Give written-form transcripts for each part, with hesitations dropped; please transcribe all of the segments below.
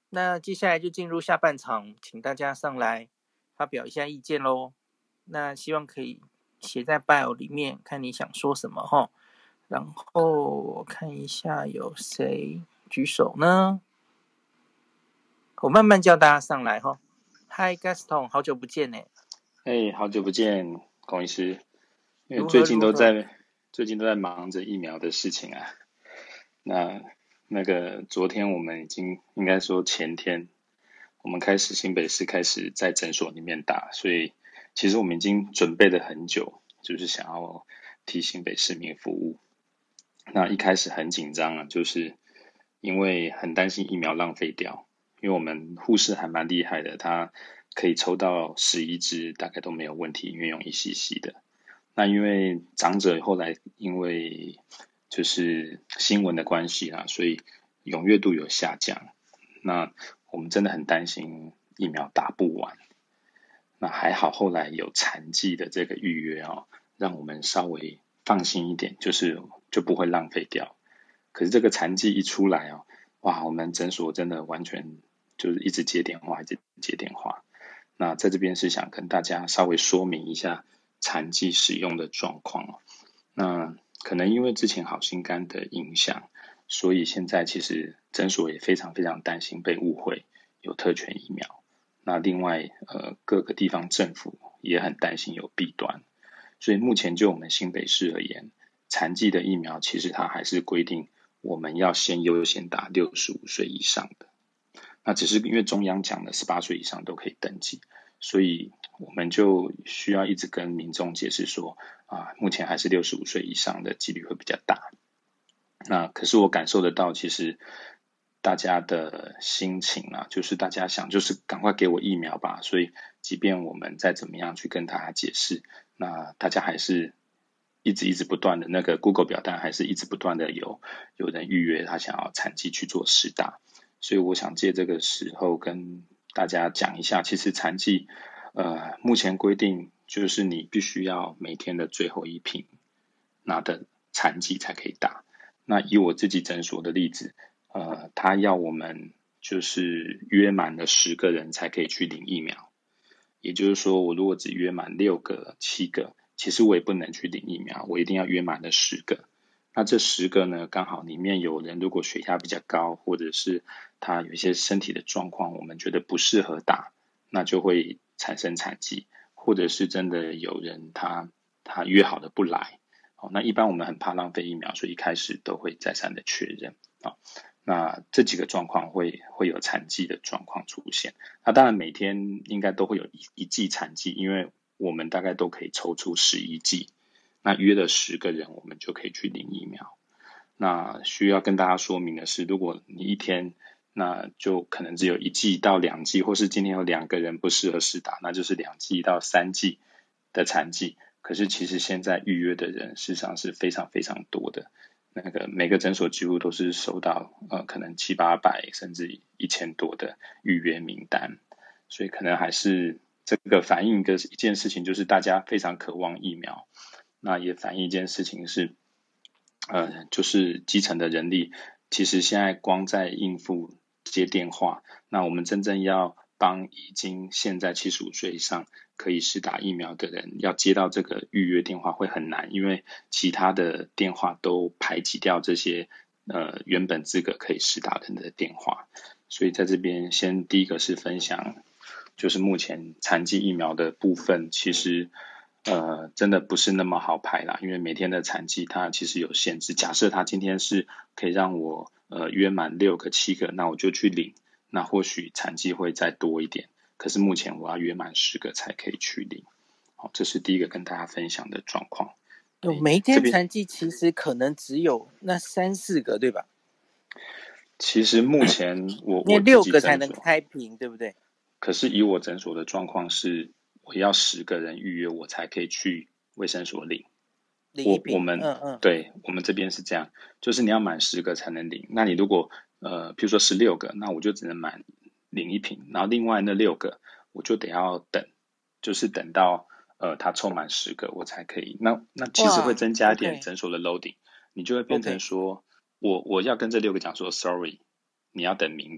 那接下来就进入下半场，请大家上来发表一下意见咯。那希望可以写在 bio 里面，看你想说什么齁。然后我看一下有谁举手呢？我慢慢叫大家上来齁。Hi Gaston， 好久不见呢。 好久不见，龚医师。因为如何最近都在忙着疫苗的事情啊。那个昨天我们应该说前天，我们新北市开始在诊所里面打，所以其实我们已经准备了很久，就是想要替新北市民服务。那一开始很紧张啊，就是因为很担心疫苗浪费掉，因为我们护士还蛮厉害的，他可以抽到11支，大概都没有问题，因为用1cc的。那因为长者后来因为就是新闻的关系啦，所以踊跃度有下降。那我们真的很担心疫苗打不完。那还好后来有残剂的这个预约让我们稍微放心一点，就不会浪费掉。可是这个残剂一出来哇，我们诊所真的完全就是一直接电话。那在这边是想跟大家稍微说明一下残剂使用的状况。那可能因为之前好心肝的影响，所以现在其实诊所也非常非常担心被误会有特权疫苗。那另外各个地方政府也很担心有弊端，所以目前就我们新北市而言，残剂的疫苗其实它还是规定我们要先优先打65岁以上的。那只是因为中央讲的18岁以上都可以登记，所以我们就需要一直跟民众解释说目前还是65岁以上的几率会比较大。那可是我感受得到，其实大家的心情就是大家想就是赶快给我疫苗吧，所以即便我们再怎么样去跟大家解释，那大家还是一直不断的那个 Google 表单还是一直不断的有人预约他想要残剂去做施打。所以我想借这个时候跟大家讲一下，其实残剂目前规定就是你必须要每天的最后一瓶拿的残剂才可以打。那以我自己诊所的例子，他要我们就是约满了10个人才可以去领疫苗。也就是说，我如果只约满6个、7个，其实我也不能去领疫苗，我一定要约满了10个。那这10个呢，刚好里面有人如果血压比较高，或者是他有一些身体的状况，我们觉得不适合打，那就会产生残剂，或者是真的有人他约好的不来。那一般我们很怕浪费疫苗，所以一开始都会再三的确认。那这几个状况会有残剂的状况出现。那当然每天应该都会有一剂残剂，因为我们大概都可以抽出11剂。那约了10个人，我们就可以去领疫苗。那需要跟大家说明的是，如果你一天那就可能只有1剂到2剂，或是今天有2个人不适合施打，那就是2剂到3剂的残剂。可是其实现在预约的人事实上是非常非常多的，那个每个诊所几乎都是收到可能700-800甚至1000多的预约名单，所以可能还是这个反映一件事情，就是大家非常渴望疫苗。那也反映一件事情是就是基层的人力其实现在光在应付接电话，那我们真正要帮已经现在75岁以上可以施打疫苗的人要接到这个预约电话会很难，因为其他的电话都排挤掉这些原本资格可以施打人的电话。所以在这边先第一个是分享就是目前残疾疫苗的部分，其实真的不是那么好排啦，因为每天的残剂它其实有限制。假设它今天是可以让我约满6个7个，那我就去领，那或许残剂会再多一点。可是目前我要约满10个才可以去领。好，这是第一个跟大家分享的状况。 每一天残剂其实可能只有那3-4个，对吧？ 其实目前我因为6个才能开瓶，对不对？ 可是以我诊所的状况是，我要10个人预约，我才可以去卫生所领。我们对，我们这边是这样，就是你要满10个才能领。那你如果譬如说16个，那我就只能领1瓶，然后另外那6个我就得要等，就是等到他凑满10个我才可以。那其实会增加一点诊所的 loading， 你就会变成说我要跟这6个讲说 sorry， 你要等明天。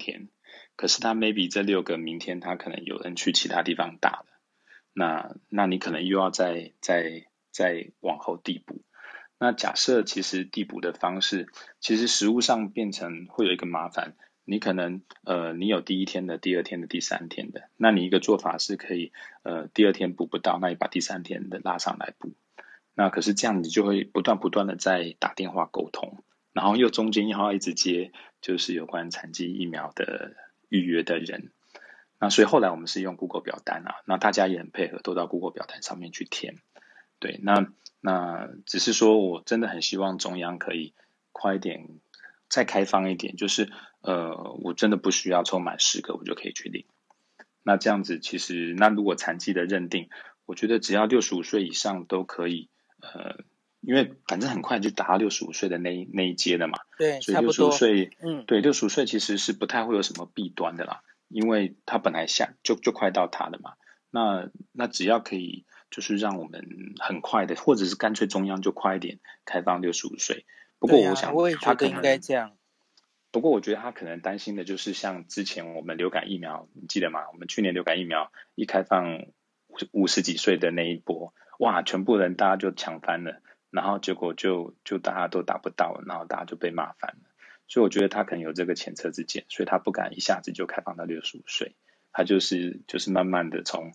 可是他 maybe 这6个明天他可能有人去其他地方打了，那你可能又要再往后递补。那假设其实递补的方式，其实实务上变成会有一个麻烦，你可能你有第1天的、第2天的、第3天的，那你一个做法是可以第2天补不到，那你把第3天的拉上来补。那可是这样你就会不断的在打电话沟通，然后又中间要一直接就是有关残疾疫苗的预约的人。那所以后来我们是用 Google 表单啊，那大家也很配合，都到 Google 表单上面去填。对，那只是说我真的很希望中央可以快一点，再开放一点，就是我真的不需要凑满10个我就可以去领。那这样子其实，那如果残疾的认定，我觉得只要65岁以上都可以，因为反正很快就达到65岁的那一阶了嘛。 对， 所以差不多。 65岁，对，65岁其实是不太会有什么弊端的啦，因为他本来就快到他了嘛。那只要可以，就是让我们很快的，或者是干脆中央就快一点开放65岁。不过我想我也觉得应该这样。 不过我觉得他可能担心的就是像之前我们流感疫苗，你记得吗？我们去年流感疫苗一开放50几岁的那一波，哇，全部人大家就抢翻了，然后结果就大家都打不到，然后大家就被骂翻了。所以我觉得他可能有这个前车之鉴，所以他不敢一下子就开放到65岁，他就是慢慢的从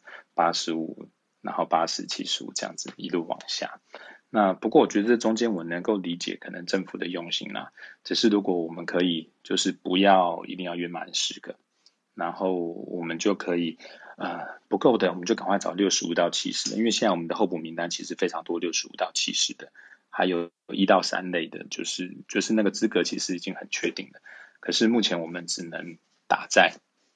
85，然后80、75这样子一路往下。那不过我觉得这中间我能够理解可能政府的用心啦，只是如果我们可以就是不要一定要约满10个，然后我们就可以不够的我们就赶快找65到70的，因为现在我们的候补名单其实非常多65到70的，还有1到3类的，就是那个资格其实已经很确定了，可是目前我们只能打在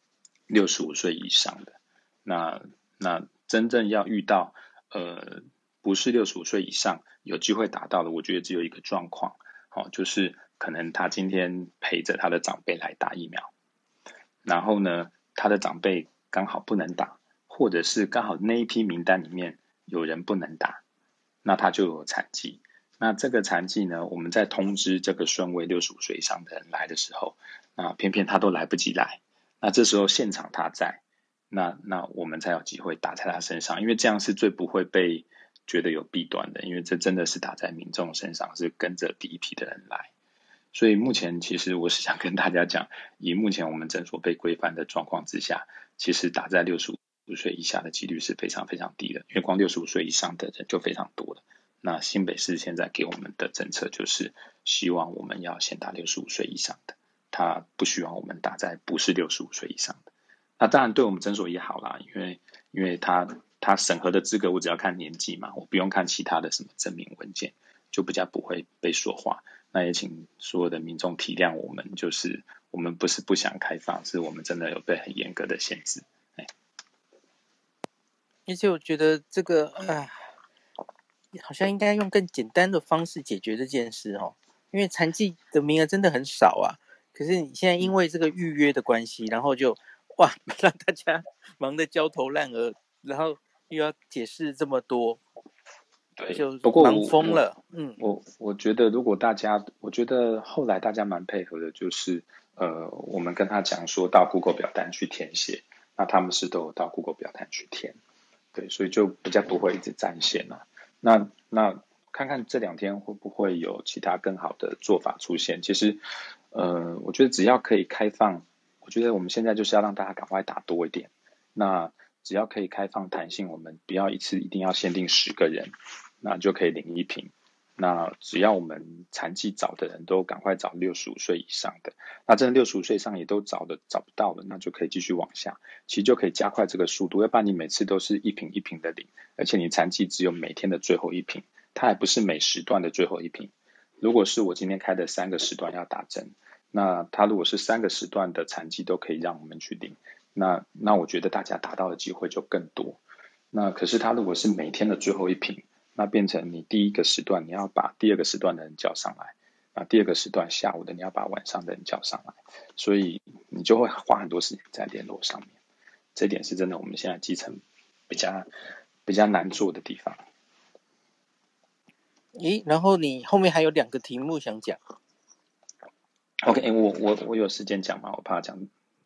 65岁以上的。那真正要遇到不是65岁以上有机会打到的，我觉得只有一个状况，就是可能他今天陪着他的长辈来打疫苗，然后呢，他的长辈刚好不能打，或者是刚好那一批名单里面有人不能打，那他就有残疾。那这个残疾呢，我们在通知这个顺位65岁以上的人来的时候，那偏偏他都来不及来，那这时候现场他在，那我们才有机会打在他身上，因为这样是最不会被觉得有弊端的，因为这真的是打在民众身上，是跟着第一批的人来。所以目前其实我是想跟大家讲，以目前我们诊所被规范的状况之下，其实打在65岁以下的几率是非常非常低的，因为光65岁以上的人就非常多了。那新北市现在给我们的政策就是希望我们要先打65岁以上的，他不希望我们打在不是65岁以上的。那当然对我们诊所也好啦，因为他审核的资格我只要看年纪嘛，我不用看其他的什么证明文件，就比较不会被说话。那也请所有的民众体谅我们，就是我们不是不想开放，是我们真的有被很严格的限制。 而且我觉得这个好像应该用更简单的方式解决这件事哦，因为残疾的名额真的很少啊。可是你现在因为这个预约的关系，然后就让大家忙得焦头烂额，然后又要解释这么多， 对， 就不过忙疯了。 我觉得如果我觉得后来大家蛮配合的，就是我们跟他讲说到 Google 表单去填写，那他们是都有到 Google 表单去填，对，所以就比较不会一直占线了。那看看这2天会不会有其他更好的做法出现。其实我觉得只要可以开放，我觉得我们现在就是要让大家赶快打多一点。那只要可以开放弹性，我们不要一次一定要限定10个人，那就可以领1瓶。那只要我们残疾找的人都赶快找65岁以上的，那真的65岁以上也都找不到了，那就可以继续往下，其实就可以加快这个速度。要不然你每次都是1瓶1瓶的领，而且你残疾只有每天的最后1瓶，它还不是每时段的最后1瓶。如果是我今天开的3个时段要打针，那它如果是3个时段的残疾都可以让我们去领，那我觉得大家打到的机会就更多。那可是它如果是每天的最后1瓶，那变成你第1个时段你要把第2个时段的人叫上来，那第2个时段下午的你要把晚上的人叫上来，所以你就会花很多时间在联络上面。这点是真的我们现在基层比较难做的地方。 然后你后面还有2个题目想讲。 OK， 我有时间讲吗？我怕讲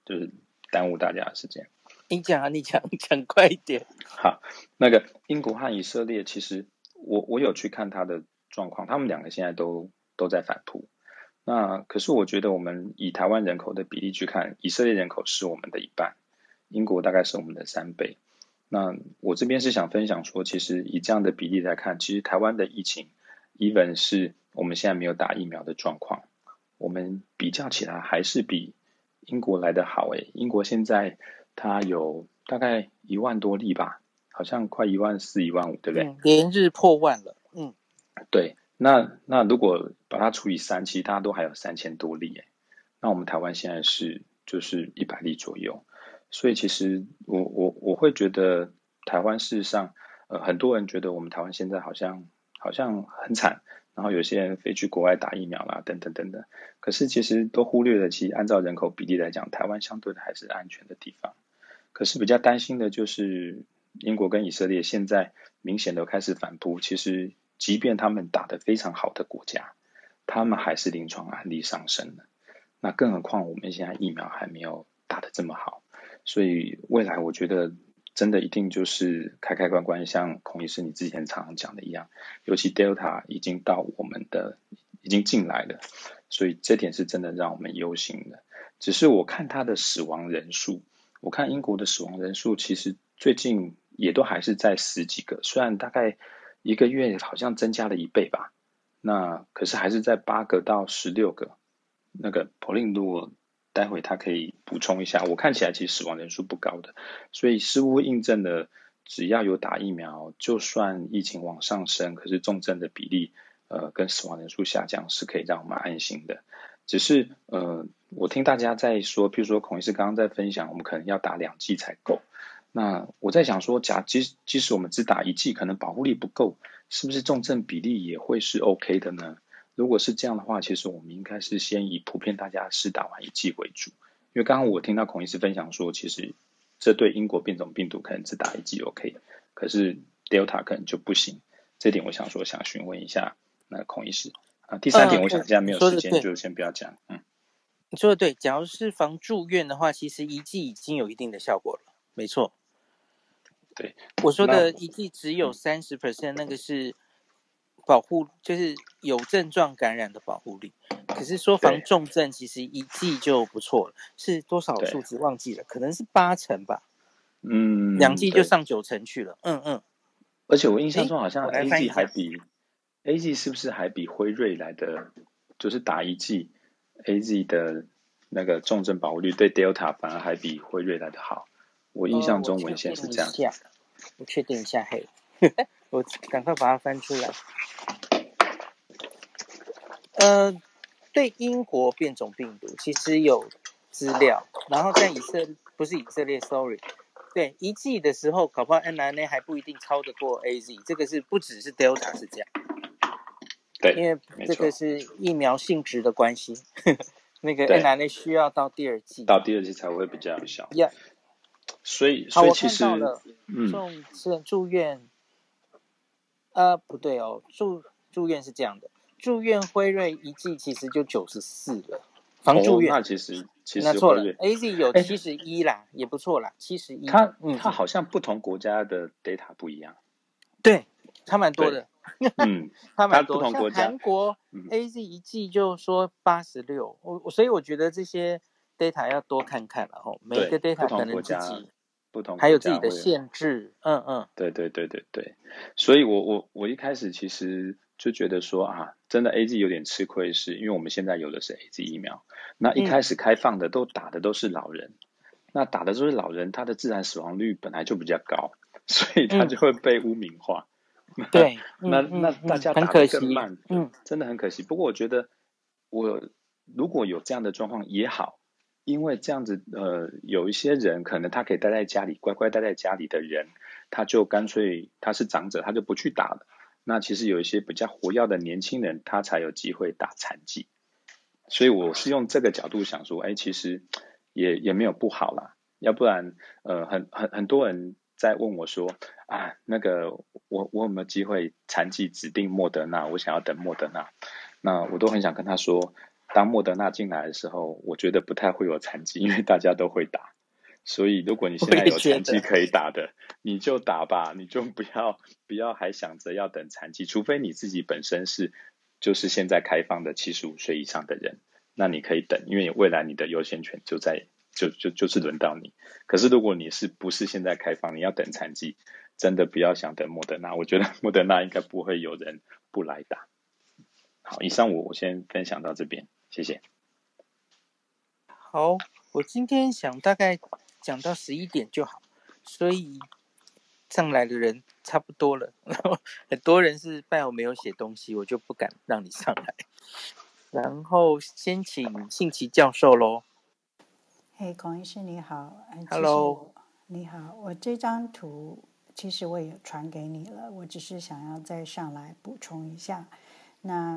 就是耽误大家的时间。 你讲啊，你讲快一点。 好，那个英国和以色列，其实我有去看他的状况，他们两个现在都在反扑。那可是我觉得我们以台湾人口的比例去看，以色列人口是我们的1半，英国大概是我们的3倍。那我这边是想分享说，其实以这样的比例来看，其实台湾的疫情 even 是我们现在没有打疫苗的状况，我们比较起来还是比英国来得好诶。英国现在它有大概1万多例吧，好像快14000、15000，对不对？ 连日破万了。 对。那如果把它除以3，其实大家都还有3000多例诶。那我们台湾现在就是100例左右，所以其实我会觉得台湾事实上，很多人觉得我们台湾现在好像很惨，然后有些人飞去国外打疫苗啦，等等等等。可是其实都忽略了，其实按照人口比例来讲，台湾相对的还是安全的地方。可是比较担心的就是英国跟以色列现在明显的开始反扑，其实即便他们打得非常好的国家，他们还是临床案例上升的。那更何况我们现在疫苗还没有打得这么好，所以未来我觉得真的一定就是开开关关，像孔医师你之前常常讲的一样，尤其 Delta 已经到我们的已经进来了，所以这点是真的让我们忧心的。只是我看他的死亡人数，我看英国的死亡人数其实最近也都还是在10几个，虽然大概1个月好像增加了1倍吧，那可是还是在8个到16个。那个 Pauline 如果待会他可以补充一下，我看起来其实死亡人数不高的，所以似乎印证了只要有打疫苗，就算疫情往上升，可是重症的比例跟死亡人数下降是可以让我们安心的。只是我听大家在说，譬如说孔医师刚刚在分享，我们可能要打2剂才够。那我在想说，即使我们只打1剂，可能保护力不够，是不是重症比例也会是 OK 的呢？如果是这样的话，其实我们应该是先以普遍大家施打完1剂为主。因为刚刚我听到孔医师分享说，其实这对英国变种病毒可能只打1剂 OK， 可是 Delta 可能就不行。这点我想询问一下那孔医师。第3点我想现在没有时间，就先不要讲。 你说的对，假如是防住院的话，其实1剂已经有一定的效果了，没错。 对， 我说的1剂只有30%，那个是保护，就是有症状感染的保护力。可是说防重症，其实1剂就不错了，是多少数字忘记了，可能是80%吧。2剂就上90%去了。 而且我印象中好像 AZ 是不是还比辉瑞来的，就是打1剂 AZ 的那个重症保护率对 Delta 反而还比辉瑞来的好。我印象中文献是这样。 我确定一下，嘿，我赶快把它翻出来。对英国变种病毒其实有资料，然后在不是以色列 ，sorry， 对1剂的时候，搞不好 mRNA 还不一定超得过 AZ， 这个是不只是 Delta 是这样。 对， 因为这个是疫苗性质的关系，那个 mRNA 需要到第2剂， 到第2剂才会比较有效。所以其实我看到了，重症住院，不对哦，住院是这样的，住院辉瑞1剂其实就94了，防住院。 那其实那错了 ，AZ 有71啦，也不错啦，71。 它好像不同国家的 data 不一样。 对，差蛮多的。差蛮多，像韩国 AZ 1剂就说86，所以我觉得这些 data 要多看看了吼，每一个 data 可能自己还有自己的限制。 对，所以我一开始其实就觉得说真的 AZ 有点吃亏，是因为我们现在有的是 AZ 疫苗，那一开始开放的打的都是老人，那打的都是老人，他的自然死亡率本来就比较高，所以他就会被污名化。 对， 那大家打得更慢，真的很可惜。不过我觉得如果有这样的状况也好，因为这样子有一些人可能他可以待在家里，乖乖待在家里的人，他就干脆他是长者，他就不去打了。那其实有一些比较活跃的年轻人，他才有机会打残剂。所以我是用这个角度想说，其实也没有不好啦。要不然很多人在问我说那个我有没有机会残剂指定莫德纳，我想要等莫德纳。那我都很想跟他说， 当莫德纳进来的时候，我觉得不太会有残疾，因为大家都会打。所以如果你现在有残疾可以打的，你就打吧，你就不要还想着要等残疾，除非你自己本身就是现在开放的75岁以上的人，那你可以等，因为未来你的优先权就是轮到你。可是如果你不是现在开放，你要等残疾，真的不要想等莫德纳，我觉得莫德纳应该不会有人不来打。好，以上我先分享到这边，谢谢。 好，我今天想大概讲到11点就好，所以上来的人差不多了，然后很多人是拜我没有写东西，我就不敢让你上来。然后先请信奇教授咯。 嘿，孔医师你好。 Hello， 你好，我这张图其实我也传给你了，我只是想要再上来补充一下。那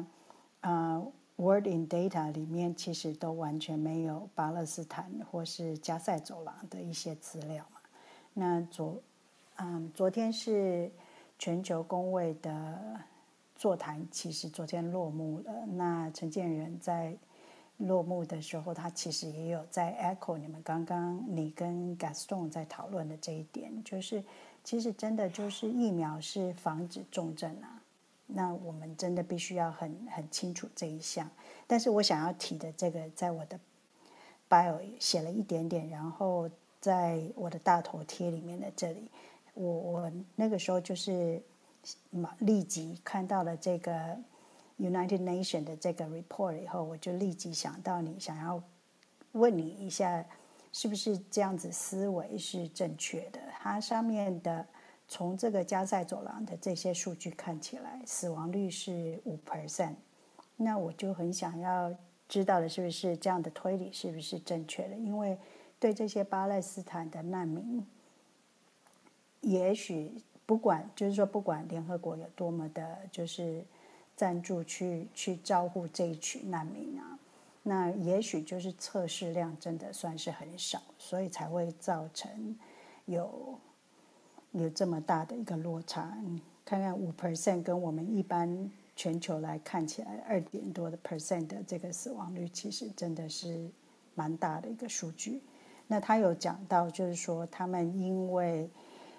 Word in Data 里面其实都完全没有巴勒斯坦或是加塞走廊的一些资料嘛。那昨天是全球公卫的座谈，其实昨天落幕了。那陈建仁在落幕的时候，他其实也有在 echo 你跟 Gaston 在讨论的这一点，就是其实真的就是疫苗是防止重症啊。那我们真的必须要很清楚这一项。但是我想要提的这个，在我的 bio 写了一点点，然后在我的大头贴里面的这里，我那个时候就是立即看到了这个 United Nations 的这个 report 以后，我就立即想到你，想要问你一下，是不是这样子思维是正确的？它上面的从这个加塞走廊的这些数据看起来，死亡率是5%。那我就很想要知道的是不是这样的推理是不是正确的？因为对这些巴勒斯坦的难民，也许不管联合国有多么的，就是赞助去照顾这一群难民啊，那也许就是测试量真的算是很少，所以才会造成有这么大的一个落差。你看看5%跟我们一般全球来看起来2点多的%的这个死亡率，其实真的是蛮大的一个数据。那他有讲到，就是说他们因为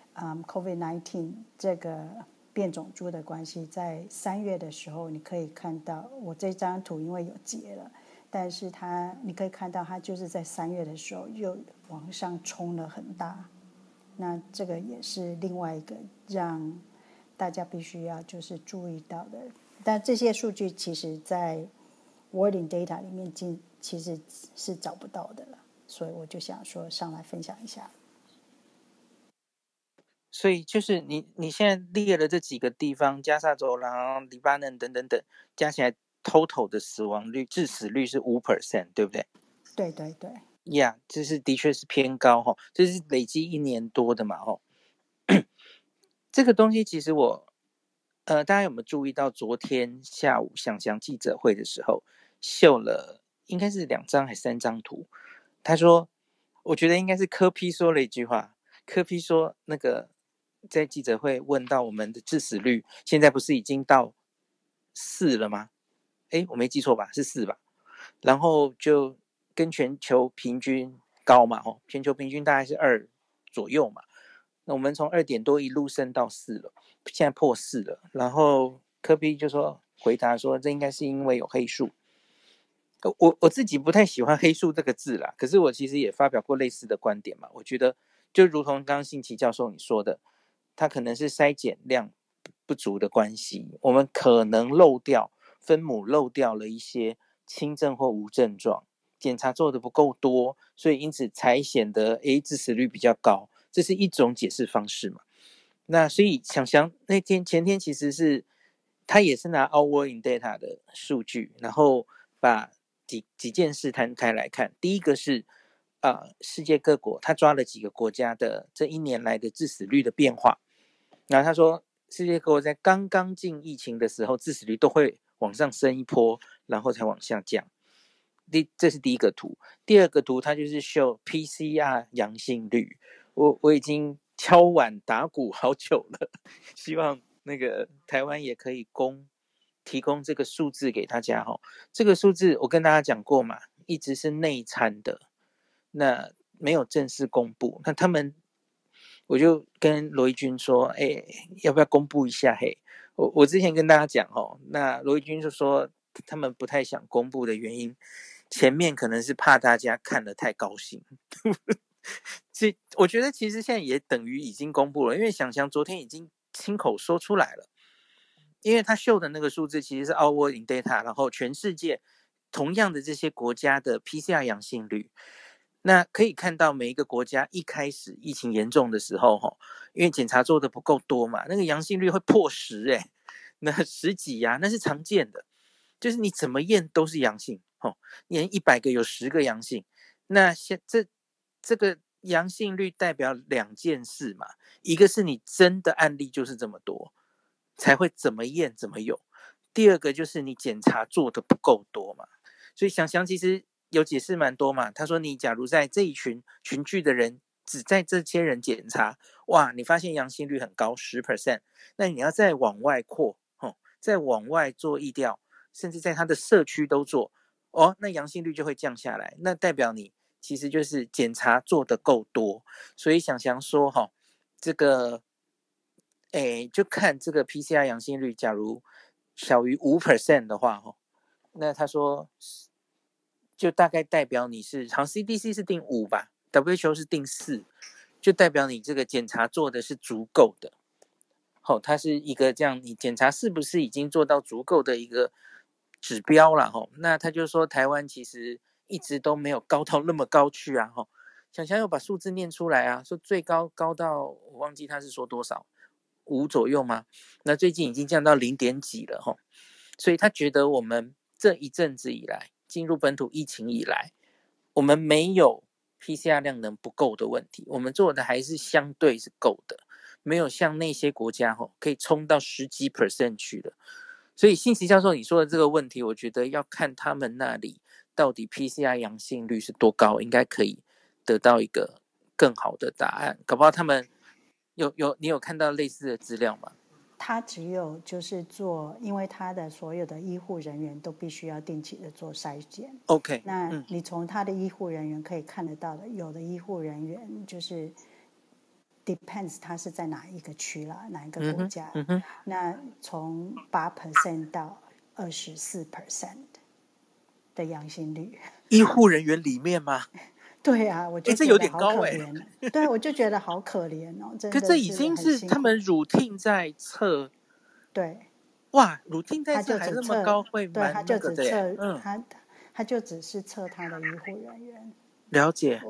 COVID-19 这个变种株的关系，在3月的时候，你可以看到我这张图因为有截了，但是你可以看到它就是在3月的时候又往上冲了很大。那这个也是另外一个让大家必须要就是注意到的。但这些数据其实在 Word in Data 里面其实是找不到的了，所以我就想说上来分享一下。 所以就是你现在列了这几个地方，加沙走廊、黎巴嫩等等等，加起来 total 的死亡率、致死率是5%，对不对？ 对对对。 呀，这是的确是偏高哈，这是累积1年多的嘛哈。这个东西其实大家有没有注意到昨天下午想翔记者会的时候秀了应该是2张还是3张图？他说，我觉得应该是柯 P 说了一句话，柯 P 说那个在记者会问到我们的致死率现在不是已经到4了吗？我没记错吧，是4吧？然后就跟全球平均高嘛，全球平均大概是2左右嘛。那我们从2点多一路升到4了，现在破4了。然后柯 P 就回答说，这应该是因为有黑数。我自己不太喜欢黑数这个字啦，可是我其实也发表过类似的观点嘛。我觉得就如同刚刚信奇教授你说的，它可能是筛检量不足的关系，我们可能分母漏掉了一些轻症或无症状，检查做的不够多，所以因此才显得致死率比较高，这是一种解释方式嘛。那所以想想前天其实是他也是拿 Our in Data 的数据，然后把几件事摊开来看。第一个是世界各国，他抓了几个国家的这1年来的致死率的变化。然后他说，世界各国在刚刚进疫情的时候，致死率都会往上升一波，然后才往下降。这是第一个图。第二个图，它就是秀 PCR 阳性率。我已经敲碗打鼓好久了，希望那个台湾也可以供提供这个数字给大家这个数字我跟大家讲过嘛，一直是内参的，那没有正式公布。那我就跟罗一军说，要不要公布一下？我之前跟大家讲那罗一军就说他们不太想公布的原因，前面可能是怕大家看得太高兴。我觉得其实现在也等于已经公布了，因为想想昨天已经亲口说出来了，因为他秀的那个数字其实是 Our World in Data， 然后全世界同样的这些国家的 PCR 阳性率，那可以看到每一个国家一开始疫情严重的时候因为检查做的不够多嘛，那个阳性率会破10那10几那是常见的，就是你怎么验都是阳性验100个有10个阳性，那这个阳性率代表2件事嘛，一个是你真的案例就是这么多才会怎么验怎么有，第二个就是你检查做的不够多嘛。所以想想其实有解释蛮多嘛，他说你假如在这一群聚的人只在这些人检查，哇，你发现阳性率很高 10%， 那你要再往外扩再往外做疫调，甚至在他的社区都做那阳性率就会降下来，那代表你其实就是检查做得够多。所以想想说这个就看这个 PCR 阳性率假如小于 5% 的话那他说就大概代表你是好像 CDC 是定5吧， WHO 是定4，就代表你这个检查做的是足够的它是一个这样你检查是不是已经做到足够的一个指标了那他就说台湾其实一直都没有高到那么高去啊想想有把数字念出来啊，说最高到我忘记他是说多少5左右吗？那最近已经降到0点几了所以他觉得我们这一阵子以来进入本土疫情以来，我们没有 PCR 量能不够的问题，我们做的还是相对是够的，没有像那些国家可以冲到10几%去的。所以信息教授你说的这个问题，我觉得要看他们那里到底 PCR 阳性率是多高，应该可以得到一个更好的答案。搞不好他们你有看到类似的资料吗？ 他只有就是做，因为他的所有的医护人员都必须要定期的做筛检。 OK， 那你从他的医护人员可以看得到的，有的医护人员就是 depends 他是在哪一个区啦，哪一个国家。那从8% 到24% 的阳性率， 医护人员里面吗？ 对啊，我就这有点高对，我就觉得好可怜真的。 可这已经是他们 routine 在测， 对， 哇 routine 在测还这么高，会蛮他就只测他就只是测他的医护人员。 了解。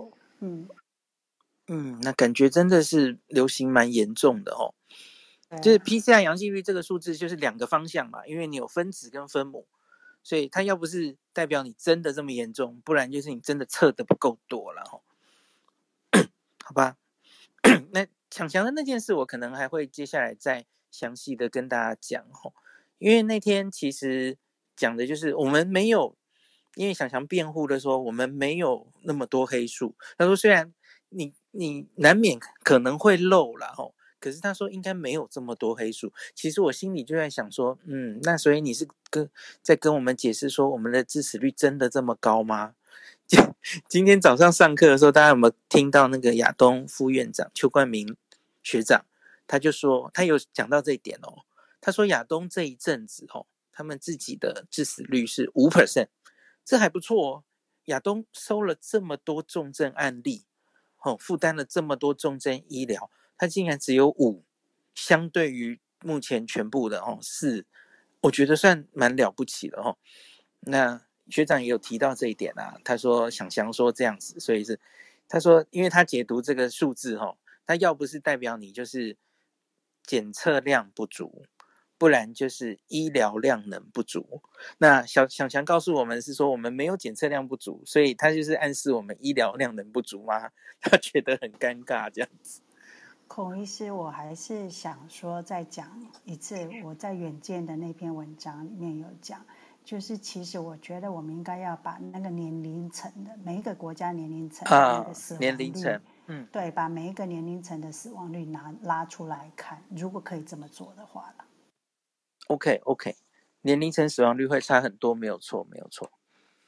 那感觉真的是流行蛮严重的就是 PCR 阳性率这个数字就是2个方向嘛，因为你有分子跟分母，所以它要不是代表你真的这么严重，不然就是你真的测的不够多了好吧那强强的那件事我可能还会接下来再详细的跟大家讲因为那天其实讲的就是我们没有，因为强强辩护的说我们没有那么多黑数，他说虽然你难免可能会漏啦可是他说应该没有这么多黑数。其实我心里就在想说那所以你是在跟我们解释说我们的致死率真的这么高吗？今天早上上课的时候，大家有没有听到那个亚东副院长邱冠明学长，他就说他有讲到这一点他说亚东这一阵子他们自己的致死率是 5%， 这还不错亚东收了这么多重症案例负担了这么多重症医疗，他竟然只有5，相对于目前全部的4，我觉得算蛮了不起的那学长也有提到这一点啊，他说想象说这样子，所以是他说因为他解读这个数字他要不是代表你就是检测量不足，不然就是医疗量能不足。那想强告诉我们是说我们没有检测量不足，所以他就是暗示我们医疗量能不足吗？他觉得很尴尬这样子。 孔医师，我还是想说再讲一次，我在远见的那篇文章里面有讲，就是其实我觉得我们应该要把那个年龄层的每一个国家年龄层的那个死亡率， 年龄层， 对，把每一个年龄层的死亡率拉出来看，如果可以这么做的话啦。 OK， 年龄层死亡率会差很多，没有错，没有错。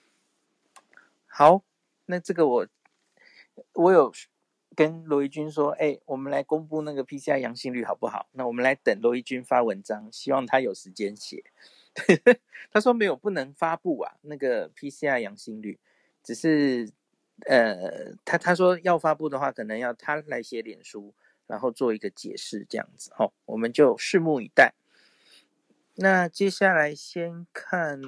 好，那这个我有跟罗怡君说，我们来公布那个 PCR 阳性率好不好？那我们来等罗怡君发文章，希望他有时间写。他说没有，不能发布啊，那个 PCR 阳性率，只是他说要发布的话，可能要他来写脸书，然后做一个解释这样子。我们就拭目以待。那接下来先看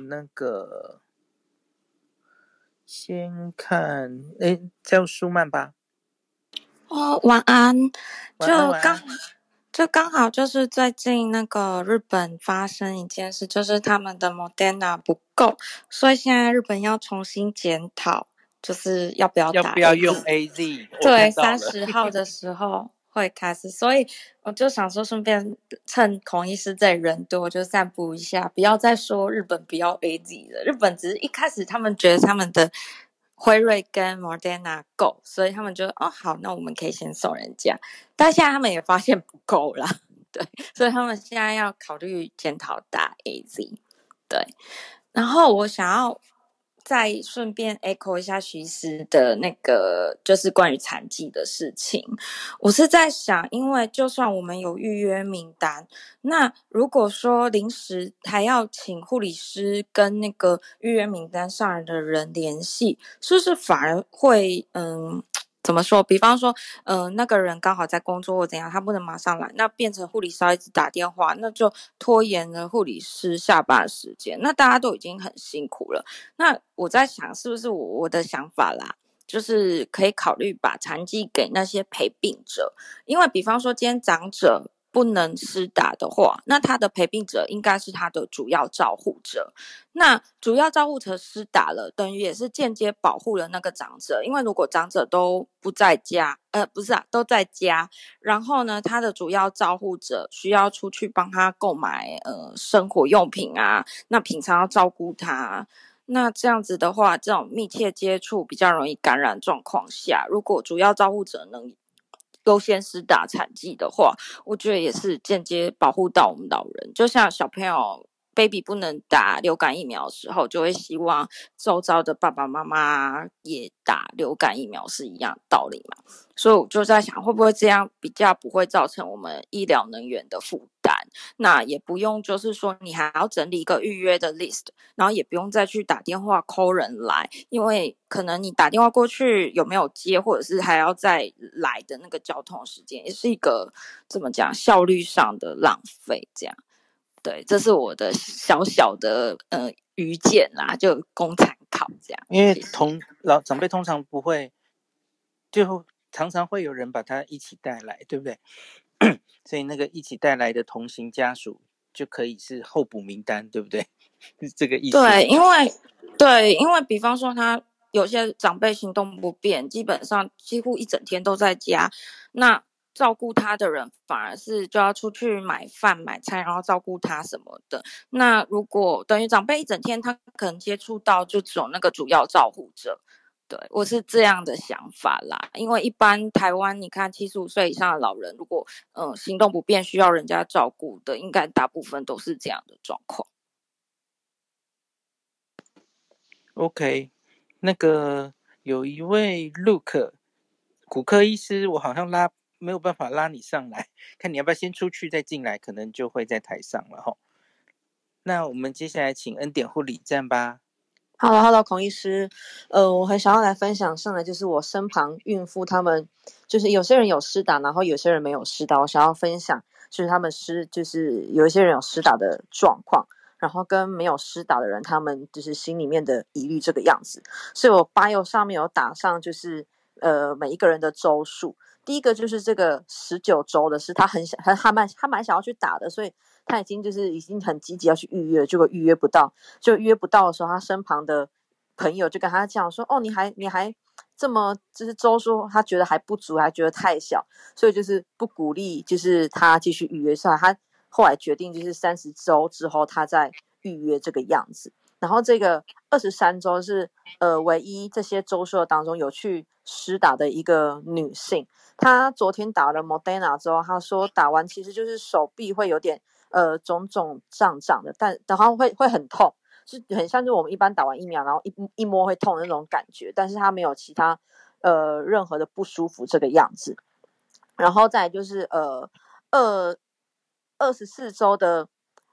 叫舒曼吧。 晚安。 晚安。 就刚好就是最近那个日本发生一件事，就是他们的 Moderna 不够，所以现在日本要重新检讨，就是要不要用 AZ。 对，30号的时候会开始，所以我就想说顺便趁孔医师这里人多，就散布一下，不要再说日本不要 AZ 了。日本只是一开始他们觉得他们的辉瑞跟 Moderna 够，所以他们就好，那我们可以先送人家，但现在他们也发现不够了，对，所以他们现在要考虑检讨打 AZ。 对，然后我想要再顺便 echo 一下徐医师的那个就是关于残疾的事情。我是在想，因为就算我们有预约名单，那如果说临时还要请护理师跟那个预约名单上的人联系，是不是反而会怎么说？比方说，那个人刚好在工作或怎样，他不能马上来，那变成护理师要一直打电话，那就拖延了护理师下班时间。那大家都已经很辛苦了。那我在想，是不是我的想法啦，就是可以考虑把残疾给那些陪病者，因为比方说今天长者不能施打的话，那他的陪病者应该是他的主要照护者。那主要照护者施打了，等于也是间接保护了那个长者，因为如果长者都不在家，都在家，然后呢，他的主要照护者需要出去帮他购买生活用品啊，那平常要照顾他。那这样子的话，这种密切接触比较容易感染状况下，如果主要照护者能优先施打残剂的话，我觉得也是间接保护到我们老人。就像小朋友 baby 不能打流感疫苗的时候，就会希望周遭的爸爸妈妈也打流感疫苗是一样的道理嘛。所以我就在想，会不会这样比较不会造成我们医疗能源的负担，那也不用就是说你还要整理一个预约的 list， 然后也不用再去打电话 call 人来，因为可能你打电话过去有没有接，或者是还要再来的那个交通时间，也是一个怎么讲效率上的浪费这样。对，这是我的小小的愚见啦，就供参考这样。 因为长辈通常不会，就常常会有人把他一起带来，对不对？所以那个一起带来的同行家属就可以是候补名单，对不对？是这个意思。 对，因为比方说他有些长辈行动不便，基本上几乎一整天都在家，那照顾他的人反而是就要出去买饭买菜，然后照顾他什么的。那如果等于长辈一整天他可能接触到就只有那个主要照护者。对，我是这样的想法啦，因为一般台湾你看75岁以上的老人，如果行动不便需要人家照顾的，应该大部分都是这样的状况。 OK， 那个有一位 Luke 骨科医师，我好像没有办法拉你上来，看你要不要先出去再进来，可能就会在台上了齁。那我们接下来请恩典护理站吧。 Hello， 孔医师，我很想要来分享上来，就是我身旁孕妇他们，就是有些人有施打，然后有些人没有施打，我想要分享，就是他们就是有一些人有施打的状况，然后跟没有施打的人，他们就是心里面的疑虑这个样子，所以我 bio 上面有打上，就是每一个人的周数。第一个就是这个19周的是他他蛮想要去打的，所以他已经很积极要去预约，结果预约不到的时候，他身旁的朋友就跟他讲说，你还这么就是周数，他觉得还不足，还觉得太小，所以就是不鼓励就是他继续预约，所以他后来决定就是30周之后他再预约这个样子。然后这个23周是唯一这些周数当中有去施打的一个女性，她昨天打了 Moderna 之后，她说打完其实就是手臂会有点种种胀胀的，然后会很痛，是很像就我们一般打完疫苗然后一摸会痛的那种感觉，但是它没有其他任何的不舒服这个样子。然后再来就是24周的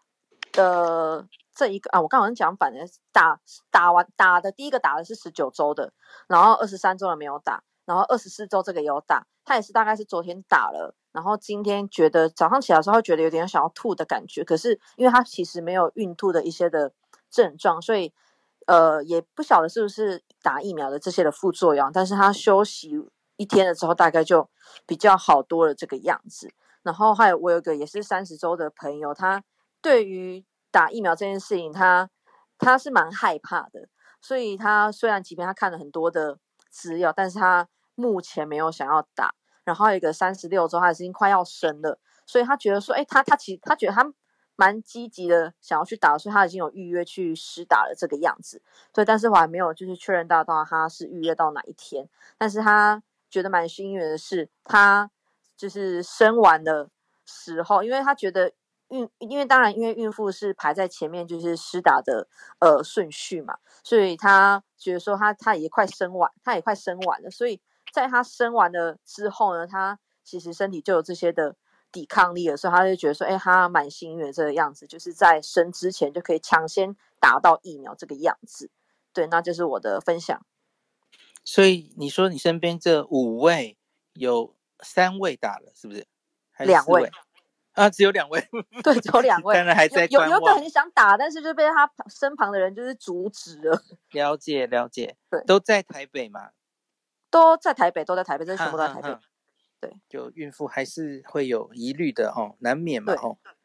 这一个啊，我刚好讲反了，打的第一个打的是19周的，然后23周的没有打，然后24周这个也有打，他也是大概是昨天打了，然后今天觉得早上起来的时候会觉得有点想要吐的感觉，可是因为他其实没有孕吐的一些的症状，所以也不晓得是不是打疫苗的这些的副作用，但是他休息1天了之后大概就比较好多了这个样子。然后还有我有一个也是30周的朋友，他对于打疫苗这件事情他是蛮害怕的，所以他虽然即便他看了很多的资料，但是他目前没有想要打。然后还有一个36周他已经快要生了，所以他觉得说他觉得他蛮积极的想要去打，所以他已经有预约去施打了这个样子。对，但是我还没有就是确认到他是预约到哪一天，但是他觉得蛮幸运的是他就是生完的时候，因为他觉得因为当然因为孕妇是排在前面就是施打的顺序嘛，所以他觉得说他也快生完了，所以在他生完了之后呢，他其实身体就有这些的抵抗力了，所以他就觉得说他蛮幸运的这个样子，就是在生之前就可以抢先打到疫苗这个样子。对，那就是我的分享。 所以你说你身边这5位有3位打了，是不是？还是4位？啊，只有2位。 对，只有2位。 当然还在观望。 有一个很想打，但是就被他身旁的人就是阻止了。 了解。 对， 都在台北嘛？ 都在台北，这全部都在台北。对， 就孕妇还是会有疑虑的难免嘛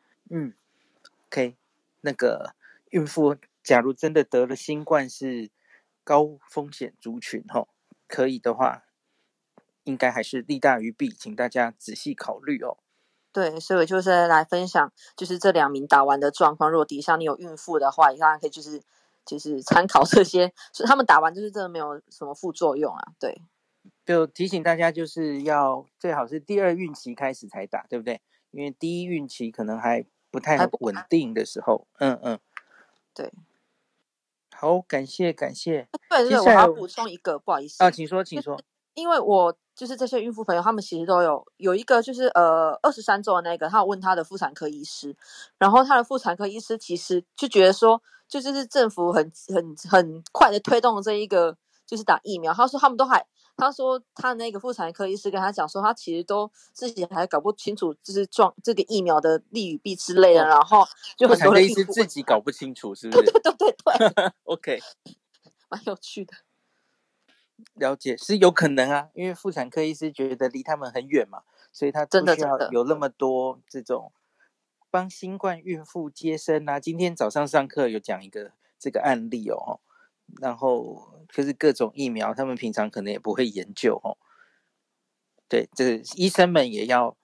OK， 那个孕妇假如真的得了新冠是高风险族群可以的话，应该还是利大于弊，请大家仔细考虑对，所以我就是来分享，就是这2名打完的状况。如果底下你有孕妇的话，大家可以就是参考这些，所以他们打完就是真的没有什么副作用啊。对， 就提醒大家，就是要最好是第2孕期开始才打，对不对？因为第1孕期可能还不太稳定的时候。 对。 好，感谢。 对，我还要补充一个，不好意思啊，请说。 因为我就是这些孕妇朋友，他们其实都有一个就是23周的那个，他有问他的妇产科医师，然后他的妇产科医师其实就觉得说，就是政府很快的推动这一个就是打疫苗，他说他那个妇产科医师跟他讲说，他其实都自己还搞不清楚就是这个疫苗的利与弊之类的，然后就很多的妇产科医师自己搞不清楚，是不是？ 对 OK， 蛮有趣的。 了解，是有可能啊，因为妇产科医师觉得离他们很远嘛，所以他不需要有那么多这种帮新冠孕妇接生啊。今天早上上课有讲一个这个案例然后就是各种疫苗，他们平常可能也不会研究对，这个医生们也要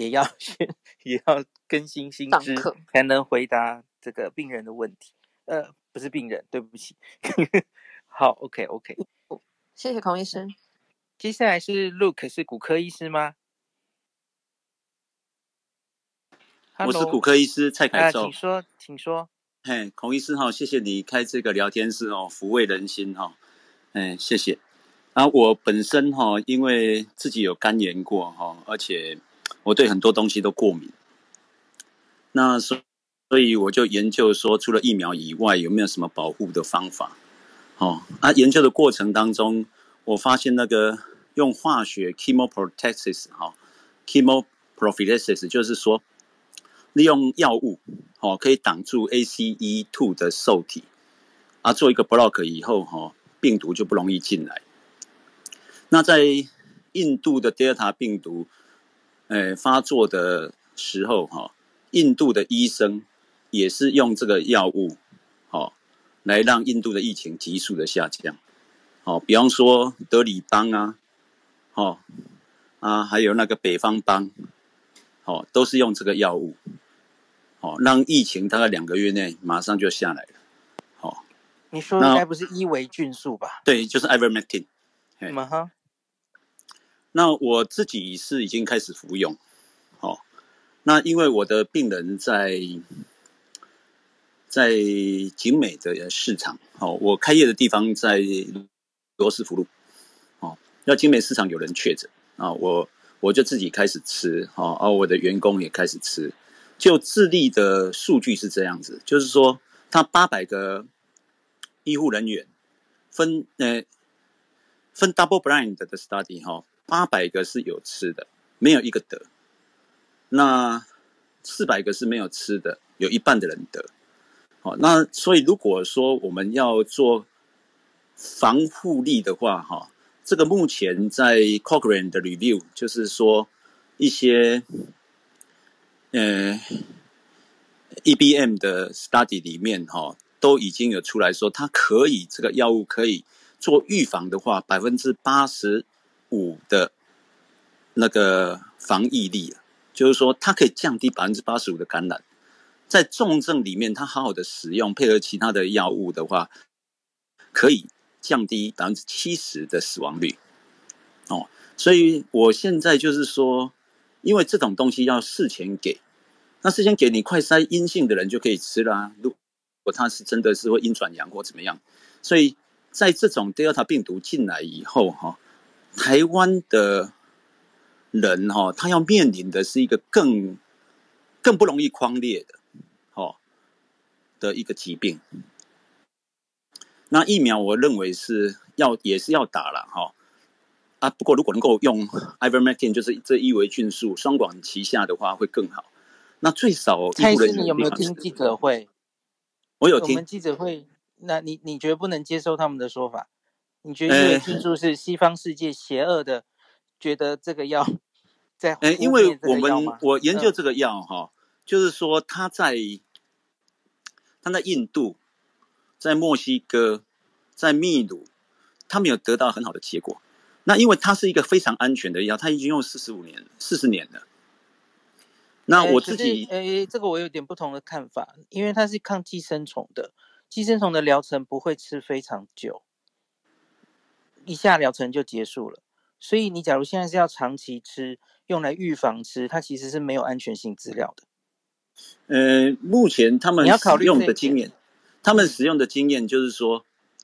更新新知，才能回答这个病人的问题。不是病人，对不起。好 ，OK， 谢谢孔医生。 接下来是 Luke， 是骨科医师吗？ 我是骨科医师蔡凯宙。 请说。 孔医师谢谢你开这个聊天室抚慰人心谢谢。我本身因为自己有肝炎过而且我对很多东西都过敏，那所以我就研究说，除了疫苗以外，有没有什么保护的方法？研究的过程当中，我发现那个用化学 chemoprophylaxis 就是说，利用药物可以挡住 ACE2 的受体做一个 block 以后病毒就不容易进来。那在印度的 Delta 病毒发作的时候印度的医生也是用这个药物来让印度的疫情急速的下降。比方说德里邦还有那个北方邦都是用这个药物让疫情大概2个月内马上就下来了。 你说应该不是伊维菌素吧？ 对，就是 Ivermectin。那我自己是已经开始服用。 那因为我的病人在景美的市场，我开业的地方在罗斯福路，要景美市场有人确诊啊，我就自己开始吃，我的员工也开始吃。就智利的数据是这样子，就是说，他800个医护人员分 double blind 的 study 800个是有吃的，没有一个得。那400个是没有吃的，有一半的人得。那所以如果说我们要做防护力的话，这个目前在 Cochrane 的 review 就是说一些EBM 的 study 里面都已经有出来说，它可以这个药物可以做预防的话，85%的那个防疫力，就是说它可以降低85%的感染。在重症里面，它好好的使用，配合其他的药物的话，可以降低70%的死亡率。所以我现在就是说，因为这种东西要事前给，那事先给你快筛阴性的人就可以吃啦。如果他是真的是会阴转阳或怎么样，所以在这种 Delta 病毒进来以后，台湾的人他要面临的是一个更不容易匡列的一个疾病。那疫苗我认为也是要打了不过如果能够用 Ivermectin 就是这伊维菌素双管齐下的话会更好。那最少蔡医师，你有没有听记者会？ 我有听。 我们记者会，那你觉得不能接受他们的说法？你觉得伊维菌素是西方世界邪恶的？觉得这个药在因为我研究这个药就是说它在印度、在墨西哥、在秘鲁，他们有得到很好的结果。那因为它是一个非常安全的药，它已经用40年了。那我自己这个我有点不同的看法，因为它是抗寄生虫的，寄生虫的疗程不会吃非常久，一下疗程就结束了。所以你假如现在是要长期吃，用来预防吃，它其实是没有安全性资料的。 目前他们使用的经验，就是说，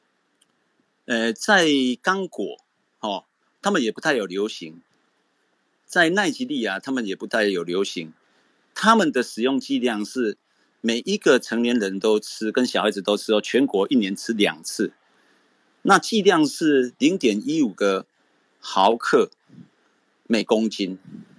在刚果他们也不太有流行，在奈及利亚他们也不太有流行。他们的使用剂量是每一个成年人都吃，跟小孩子都吃全国1年吃2次。那剂量是0.15个毫克每公斤，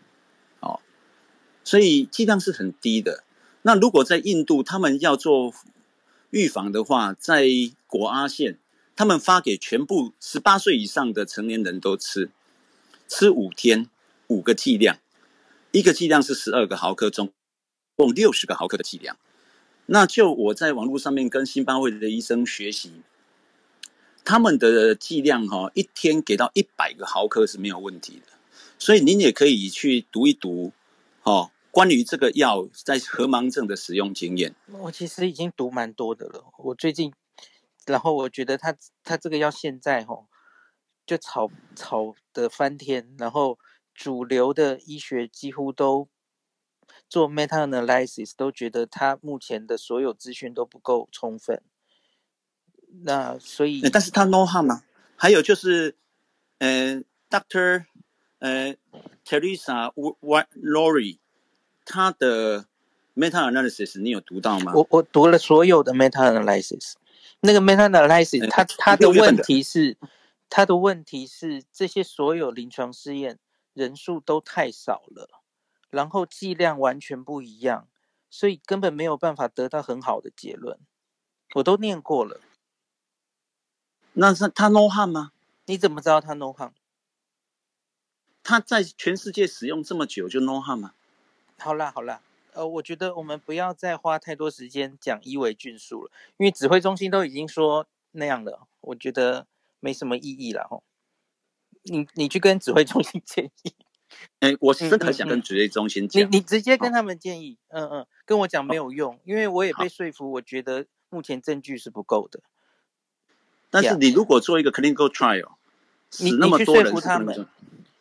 所以剂量是很低的。那如果在印度他们要做预防的话，在果阿县他们发给全部18岁以上的成年人都吃5天5个剂量，一个剂量是12个毫克，总共60个毫克的剂量。那就我在网络上面跟辛巴威的医生学习，他们的剂量一天给到100个毫克是没有问题的。所以您也可以去读一读关于这个药在河盲症的使用经验。 我其实已经读蛮多的了，我最近，然后我觉得他这个药现在就炒得翻天，然后主流的医学几乎都做 meta-analysis， 都觉得他目前的所有资讯都不够充分。那所以， 但是他 no harm 啊。还有就是Dr. Teresa Lori 他的 meta-analysis 你有读到吗？ 我读了所有的 meta-analysis。那个 meta-analysis 他的问题是这些所有临床试验人数都太少了，然后剂量完全不一样，所以根本没有办法得到很好的结论。我都念过了。 那他 no harm 吗？ 你怎么知道他 no harm？ 他在全世界使用这么久就 no harm 吗？ 好啦，我觉得我们不要再花太多时间讲伊维菌素了，因为指挥中心都已经说那样了，我觉得没什么意义了你去跟指挥中心建议。 我真的很想跟指挥中心讲。 你直接跟他们建议，跟我讲没有用，因为我也被说服，我觉得目前证据是不够的。 但是你如果做一个 clinical trial， 死那么多人， 你去说服他们，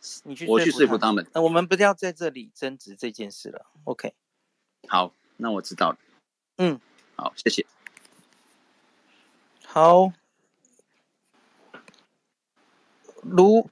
你去我去说服他他们。 我们不要在这里争执这件事了。OK， 好，那我知道了。好，谢谢。 好，卢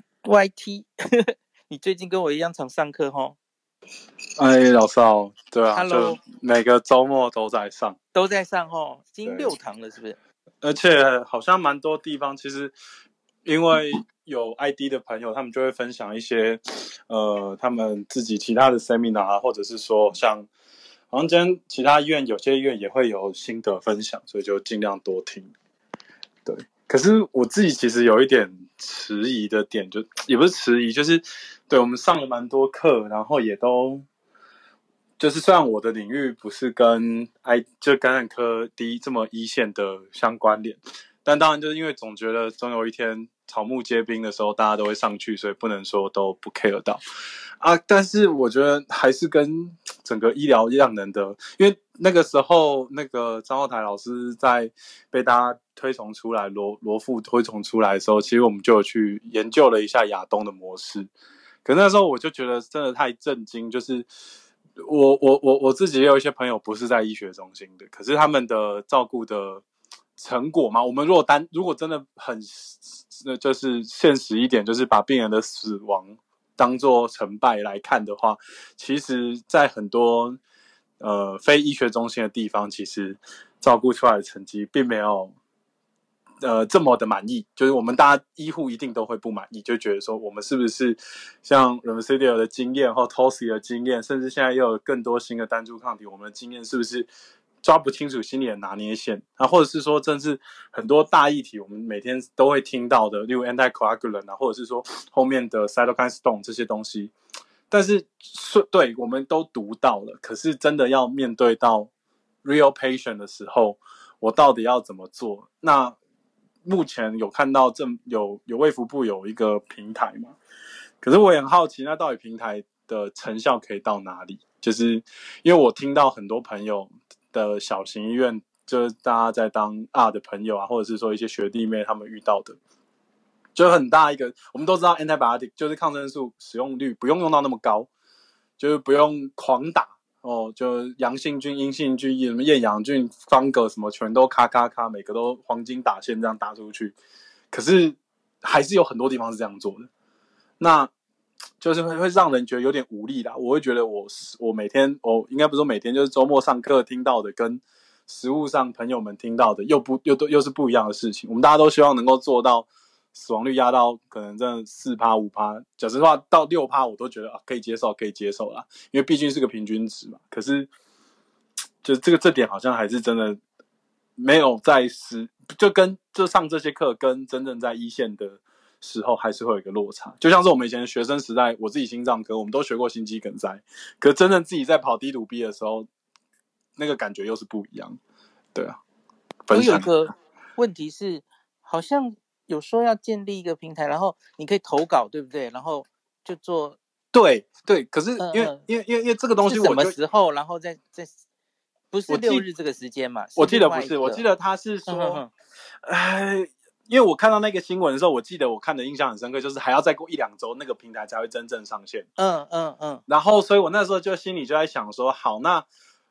YT， 你最近跟我一样常上课齁？ 老师好，对啊， Hello， 就每个周末都在上齁，已经6堂了，是不是？ 而且好像蛮多地方，其实因为有 ID 的朋友，他们就会分享一些他们自己其他的 seminar 啊，或者是说像好像今天其他医院有些医院也会有心得分享，所以就尽量多听。对，可是我自己其实有一点迟疑的点，就也不是迟疑，就是对我们上了蛮多课，然后也都就是虽然我的领域不是跟就感染科这么一线的相关联，但当然就是因为总觉得总有一天草木皆兵的时候，大家都会上去，所以不能说都不 care 到啊。但是我觉得还是跟整个医疗量能的，因为那个时候那个张浩台老师在被大家推崇出来，罗富推崇出来的时候，其实我们就有去研究了一下亚东的模式。可那时候我就觉得真的太震惊，就是我自己也有一些朋友不是在医学中心的，可是他们的照顾的成果嘛，我们如果真的很就是现实一点，就是把病人的死亡当作成败来看的话，其实在很多非医学中心的地方，其实照顾出来的成绩并没有这么的满意，就是我们大家医护一定都会不满意，就觉得说我们是不是像 Remdesivir 的经验或 Toci 的经验，甚至现在又有更多新的单株抗体，我们的经验是不是抓不清楚心里的拿捏线啊？或者是说，真是很多大议题，我们每天都会听到的，例如 anticoagulant 啊，或者是说后面的 cytokine storm 这些东西，但是对我们都读到了，可是真的要面对到 real patient 的时候，我到底要怎么做？那目前有看到有卫福部有一个平台嘛？可是我也很好奇，那到底平台的成效可以到哪里？就是因为我听到很多朋友的小型医院，就是大家在当的朋友啊，或者是说一些学弟妹他们遇到的，就很大一个，我们都知道 antibiotic 就是抗生素使用率不用用到那么高，就是不用狂打哦，就阳性菌、阴性菌、什么厌氧菌、方格什么全都咔，每个都黄金打线这样打出去。可是还是有很多地方是这样做的，那就是会让人觉得有点无力啦。我会觉得我每天应该不是说每天，就是周末上课听到的跟实务上朋友们听到的又是不一样的事情。我们大家都希望能够做到死亡率压到可能真的 4%、5%， 假设话到 6%， 我都觉得可以接受啦，因为毕竟是个平均值嘛。可是就这点好像还是真的没有在就上这些课跟真正在一线的时候还是会有一个落差。就像是我们以前学生时代，我自己心脏科我们都学过心肌梗塞，可是真正自己在跑低堵 B 的时候，那个感觉又是不一样。对啊， 我有一个问题是，好像有说要建立一个平台，然后你可以投稿，对不对？然后就做对，可是因为这个东西我什么时候，然后再不是6日这个时间嘛？ 我记得不是，我记得他是说，因为我看到那个新闻的时候，我记得我看的印象很深刻，就是还要再过1-2周，那个平台才会真正上线。然后，所以我那时候就心里就在想说，好，那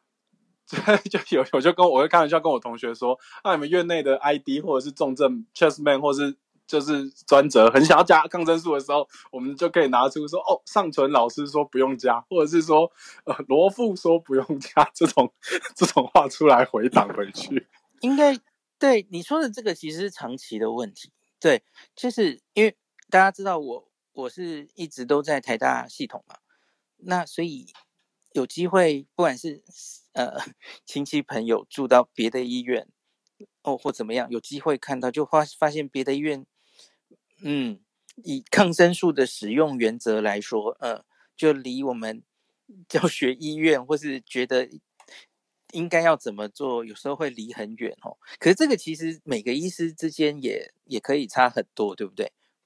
我会开玩笑跟我同学说，你们院内的 ID 或者是重症 chestman 或是就是专责很想要加抗生素的时候，我们就可以拿出说上纯老师说不用加，或者是说罗富说不用加这种话出来回档回去。 应该对你说的这个其实是长期的问题。对，就是因为大家知道我是一直都在台大系统嘛，那所以有机会不管是亲戚朋友住到别的医院或怎么样，有机会看到就发现别的医院以抗生素的使用原则来说就离我们教学医院或是觉得应该要怎么做有时候会离很远可是这个其实每个医师之间也可以差很多，对不对？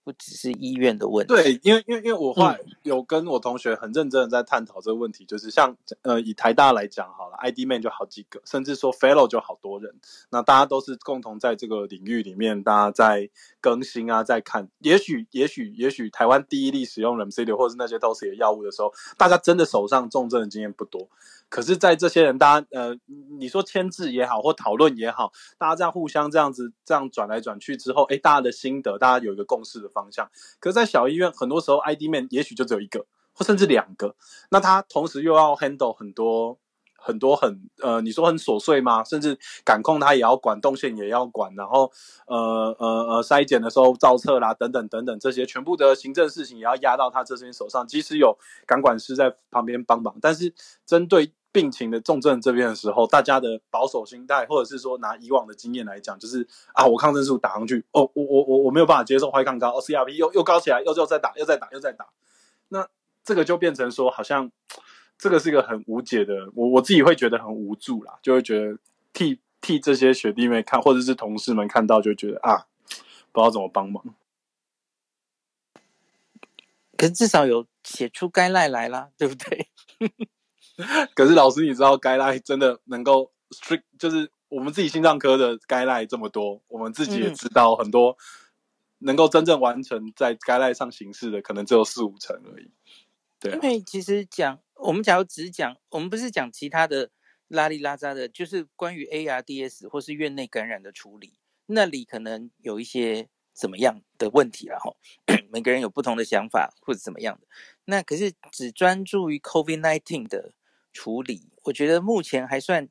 不只是医院的问题。 对，因为我后来有跟我同学很认真的在探讨这个问题，就是像以台大来讲好了 ，ID man 就好几个，甚至说 fellow 就好多人，那大家都是共同在这个领域里面，大家在更新啊，在看，也许台湾第一例使用 Remdesivir 或者是那些 dose 的药物的时候，大家真的手上重症的经验不多，可是在这些人大家你说签字也好或讨论也好，大家这样互相这样转来转去之后，大家的心得，大家有一个共识的方向。可是在小医院很多时候 ID man 也许就只有一个或甚至两个，那他同时又要 handle 很多你说很琐碎吗？甚至感控他也要管，动线也要管，然后筛检的时候造册啦等等等等，这些全部的行政事情也要压到他这边手上，即使有感管师在旁边帮忙，但是针对病情的重症这边的时候，大家的保守心态，或者是说拿以往的经验来讲，就是我抗生素打上去，我没有办法接受坏抗高，CRP 又高起来，又再打，那这个就变成说，好像这个是一个很无解的，我自己会觉得很无助啦，就会觉得替这些学弟妹看，或者是同事们看到，就觉得不知道怎么帮忙。 可是至少有写出guideline来啦，对不对？ 可是老师，你知道guideline真的能够 strict， 就是我们自己心脏科的guideline这么多，我们自己也知道很多能够真正完成在guideline上行事的，可能只有4-5成而已。对因为其实我们假如只讲，我们不是讲其他的拉里拉扎的，就是关于 ARDS 或是院内感染的处理，那里可能有一些怎么样的问题啦，每个人有不同的想法或者怎么样的。那可是只专注于 COVID-19 的处理，我觉得目前还算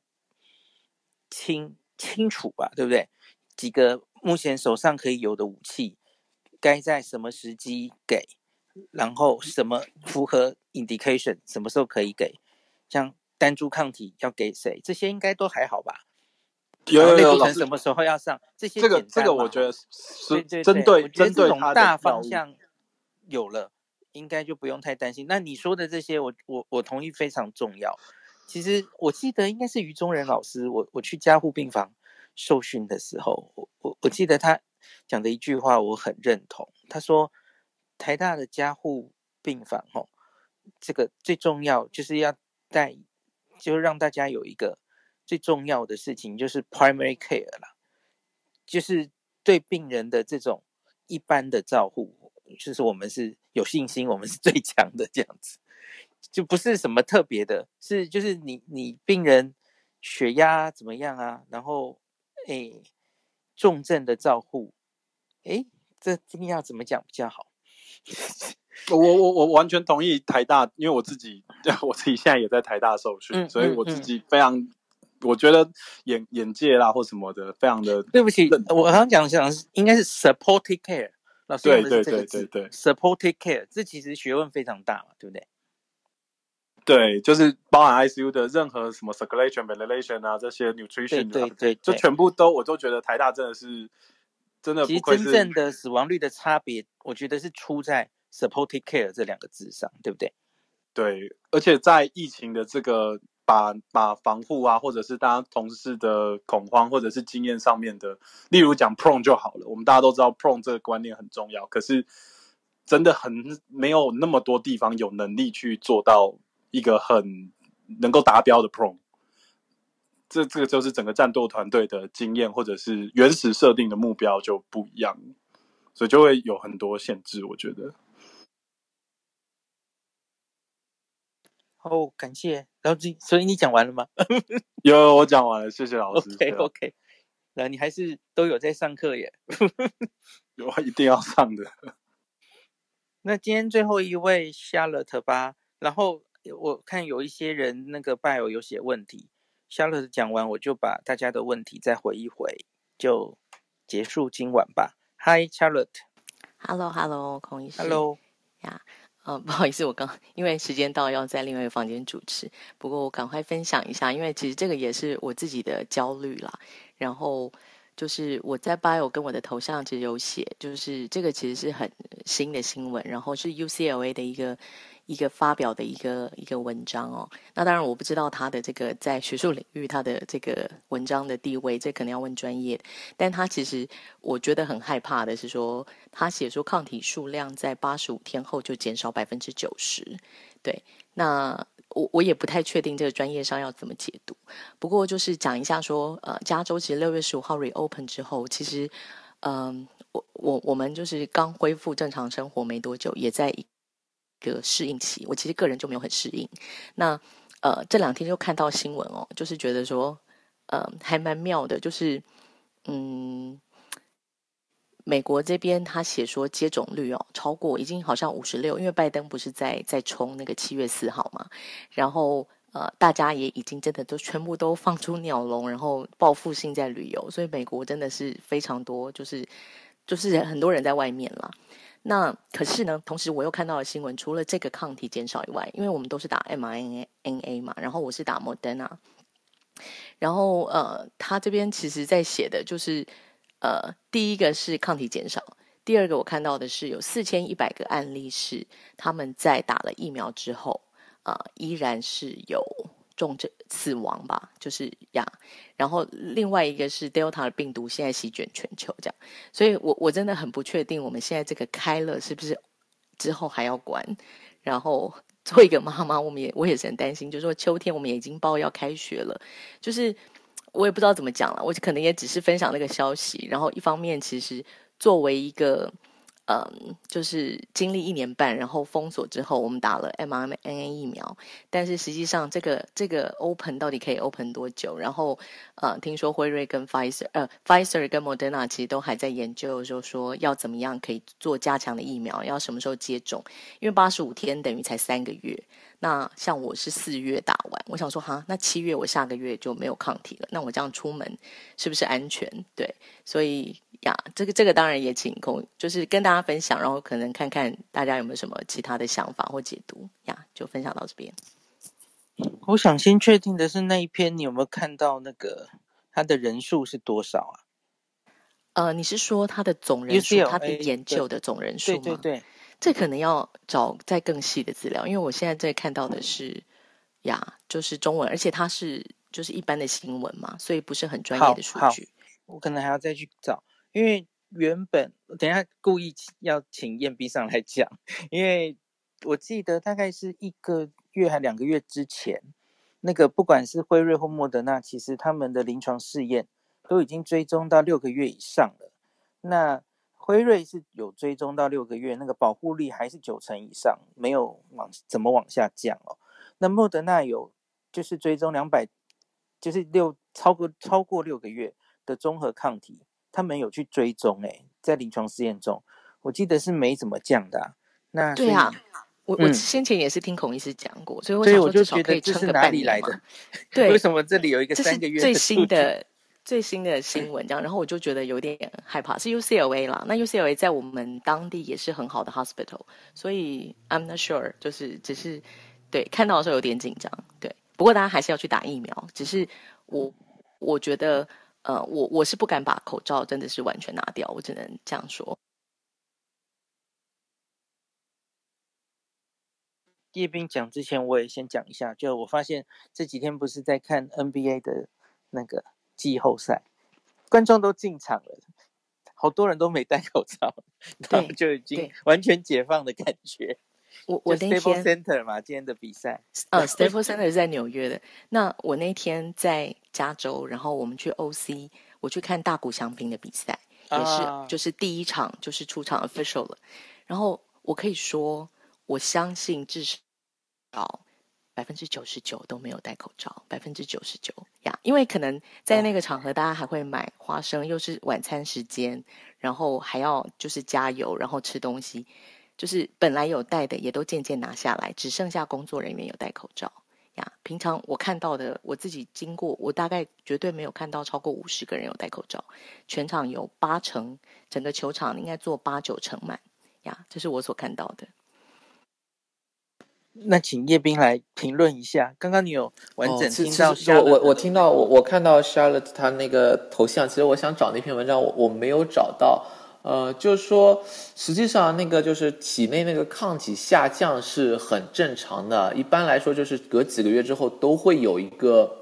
清楚吧，对不对？几个目前手上可以有的武器，该在什么时机给，然后什么符合 indication 什么时候可以给，像单株抗体要给谁，这些应该都还好吧？ 有类固醇什么时候要上，这些简单嘛， 这个我觉得是对针对我觉得这种大方药向有了，应该就不用太担心。那你说的这些，我同意非常重要。其实我记得应该是于中仁老师，我去加护病房受训的时候，我记得他讲的一句话我很认同。他说台大的加护病房这个最重要就是要就让大家有一个最重要的事情，就是 primary care 啦，就是对病人的这种一般的照护，就是我们是有信心，我们是最强的这样子，就不是什么特别的，就是你病人血压怎么样啊，然后重症的照护，这要怎么讲比较好？ 我完全同意台大，因为我自己现在也在台大受训，所以我自己非常，我觉得眼界啦或什么的，非常的。 对不起，我刚刚讲应该是 supportive care， 老师用的是这个字，对 supportive care， 这其实学问非常大嘛，对不对？ 对，就是包含 ICU 的任何什么 circulation、ventilation 啊，这些 nutrition， 对， 就全部我都觉得台大真的是真的不愧是。 其实真正的死亡率的差别，我觉得是出在 supportive care 这2个字上，对不对？ 对，而且在疫情的这个把防护啊，或者是大家同事的恐慌，或者是经验上面的，例如讲 prone 就好了。我们大家都知道 prone 这个观念很重要，可是真的很没有那么多地方有能力去做到一个很能够达标的 prone。这个就是整个战斗团队的经验，或者是原始设定的目标就不一样，所以就会有很多限制，我觉得。 感谢。然后所以你讲完了吗？ 有，我讲完了，谢谢老师。 OK， 那你还是都有在上课耶。 有，一定要上的。 那今天最后一位 Charlotte 吧，然后我看有一些人那个 bio 有写问题，Charlotte 讲完我就把大家的问题再回一回，就结束今晚吧。Hi Charlotte。Hello， 孔医师。 Hello。 不好意思，我因为时间到要在另外一个房间主持，不过我赶快分享一下，因为其实这个也是我自己的焦虑啦。然后就是我在 bio 跟我的头像其实有写，就是这个其实是很新的新闻，然后是 UCLA 的一个发表的一个文章哦。那当然我不知道他的这个在学术领域他的这个文章的地位，这可能要问专业的。但他其实我觉得很害怕的是说，他写说抗体数量在85天后就减少90%。对，那我也不太确定这个专业上要怎么解读。不过就是讲一下说，加州其实6月15号 reopen 之后，其实我们就是刚恢复正常生活没多久，也在一个适应期。我其实个人就没有很适应。那这2天就看到新闻哦，就是觉得说还蛮妙的，就是美国这边他写说接种率哦超过已经好像56%，因为拜登不是在冲那个7月4号嘛，然后大家也已经真的都全部都放出鸟笼，然后报复性在旅游，所以美国真的是非常多，就是很多人在外面啦。那可是呢，同时我又看到了新闻，除了这个抗体减少以外，因为我们都是打 mRNA 嘛，然后我是打 Moderna， 然后他这边其实在写的就是第一个是抗体减少，第二个我看到的是有4100个案例是他们在打了疫苗之后依然是有死亡吧，就是然后另外一个是 Delta 的病毒现在席卷全球这样，所以我真的很不确定我们现在这个开了是不是之后还要关。然后做一个妈妈我也是很担心，就是说秋天我们也已经报要开学了，就是我也不知道怎么讲了，我可能也只是分享那个消息，然后一方面其实作为一个就是经历1年半，然后封锁之后，我们打了 mRNA 疫苗，但是实际上这个 open 到底可以 open 多久？然后听说辉瑞跟 Pfizer 跟 Moderna 其实都还在研究，就是说要怎么样可以做加强的疫苗，要什么时候接种？因为85天等于才3个月。那像我是4月打完，我想说那7月我下个月就没有抗体了，那我这样出门是不是安全？对，所以这个当然也请就是跟大家分享，然后可能看看大家有没有什么其他的想法或解读就分享到这边。 我想先确定的是那一篇你有没有看到那个他的人数是多少啊？ 你是说他的总人数，他的研究的总人数吗？ 对对对， 这可能要找再更细的资料，因为我现在在看到的是就是中文，而且它是就是一般的新闻嘛，所以不是很专业的数据。 我可能还要再去找，因为原本等一下故意要请燕碧上来讲，因为我记得大概是1个月还2个月之前，那个不管是辉瑞或莫德纳，其实他们的临床试验都已经追踪到6个月以上了。那辉瑞是有追踪到6个月，那个保护力还是90%以上，没有怎么往下降哦。那莫德纳有就是追踪200，就是超过6个月的综合抗体，他们有去追踪在临床试验中，我记得是没怎么降的那对我先前也是听孔医师讲过，所以我想说至少可以撑个半年嘛。对， 为什么这里有一个3个月的最新的新闻这样，然后我就觉得有点害怕。是 UCLA 啦，那 UCLA 在我们当地也是很好的 hospital， 所以 I'm not sure， 就是只是对看到的时候有点紧张。对，不过大家还是要去打疫苗，只是我觉得我是不敢把口罩真的是完全拿掉，我只能这样说。 叶斌讲之前我也先讲一下，就我发现这几天不是在看 NBA 的那个季后赛，观众都进场了，好多人都没戴口罩，然后就已经完全解放的感觉。 我那天 Staples Center 嘛，今天的比赛 Staples Center 是在纽约的。那我那天在加州，然后我们去 OC， 我去看大谷翔平的比赛，也是就是第一场就是出场 official 了。然后我可以说，我相信至少99%都没有戴口罩，99%因为可能在那个场合大家还会买花生，又是晚餐时间，然后还要就是加油，然后吃东西，就是本来有戴的也都渐渐拿下来，只剩下工作人员有戴口罩平常我看到的，我自己经过，我大概绝对没有看到超过50个人有戴口罩，全场有80%，整个球场应该坐8-9成满这是我所看到的。 那请叶斌来评论一下，刚刚你有完整听到我听到我看到 Charlotte 他那个头像，其实我想找那篇文章，我没有找到。 就是说，实际上那个就是体内那个抗体下降是很正常的。一般来说，就是隔几个月之后都会有一个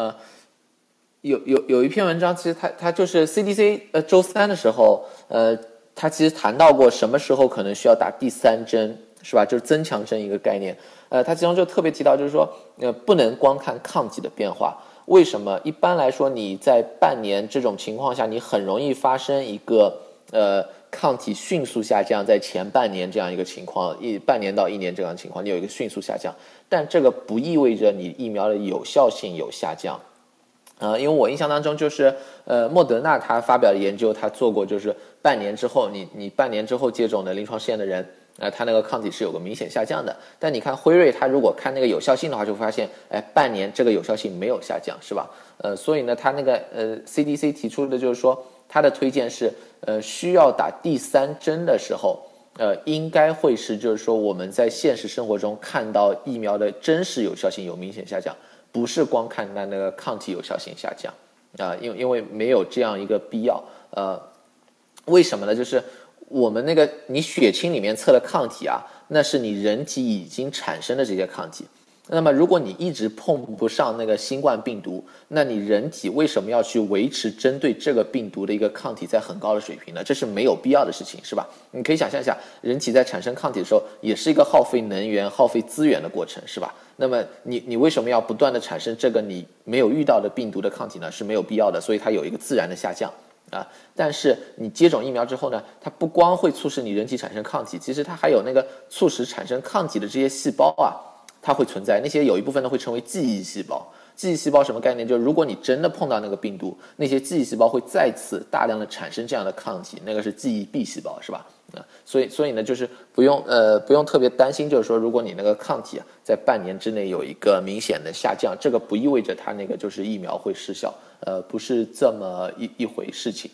有一篇文章，其实它就是 CDC 周3的时候，它其实谈到过什么时候可能需要打第3针，是吧？就是增强针一个概念。它其中就特别提到，就是说，不能光看抗体的变化。为什么？一般来说，你在半年这种情况下，你很容易发生一个抗体迅速下降，在前半年这样一个情况，半年到1年这样的情况，你有一个迅速下降，但这个不意味着你疫苗的有效性有下降。因为我印象当中就是莫德纳他发表的研究，他做过就是半年之后，你半年之后接种的临床试验的人，他那个抗体是有个明显下降的。但你看辉瑞，他如果看那个有效性的话，就发现，半年这个有效性没有下降，是吧？所以呢，他那个CDC 提出的就是说，他的推荐是，需要打第3针的时候，应该会是就是说我们在现实生活中看到疫苗的真实有效性有明显下降。不是光看那个抗体有效性下降因为没有这样一个必要。为什么呢？就是我们那个你血清里面测的抗体啊，那是你人体已经产生的这些抗体。那么如果你一直碰不上那个新冠病毒，那你人体为什么要去维持针对这个病毒的一个抗体在很高的水平呢？这是没有必要的事情，是吧？你可以想象一下，人体在产生抗体的时候，也是一个耗费能源、耗费资源的过程，是吧？那么你为什么要不断的产生这个你没有遇到的病毒的抗体呢？是没有必要的，所以它有一个自然的下降。但是你接种疫苗之后呢，它不光会促使你人体产生抗体，其实它还有那个促使产生抗体的这些细胞啊，它会存在，那些有一部分呢会成为记忆细胞。记忆细胞什么概念？就是如果你真的碰到那个病毒，那些记忆细胞会再次大量的产生这样的抗体，那个是记忆 B 细胞，是吧？所以呢，就是不用特别担心，就是说如果你那个抗体在半年之内有一个明显的下降，这个不意味着它那个就是疫苗会失效，不是这么一回事情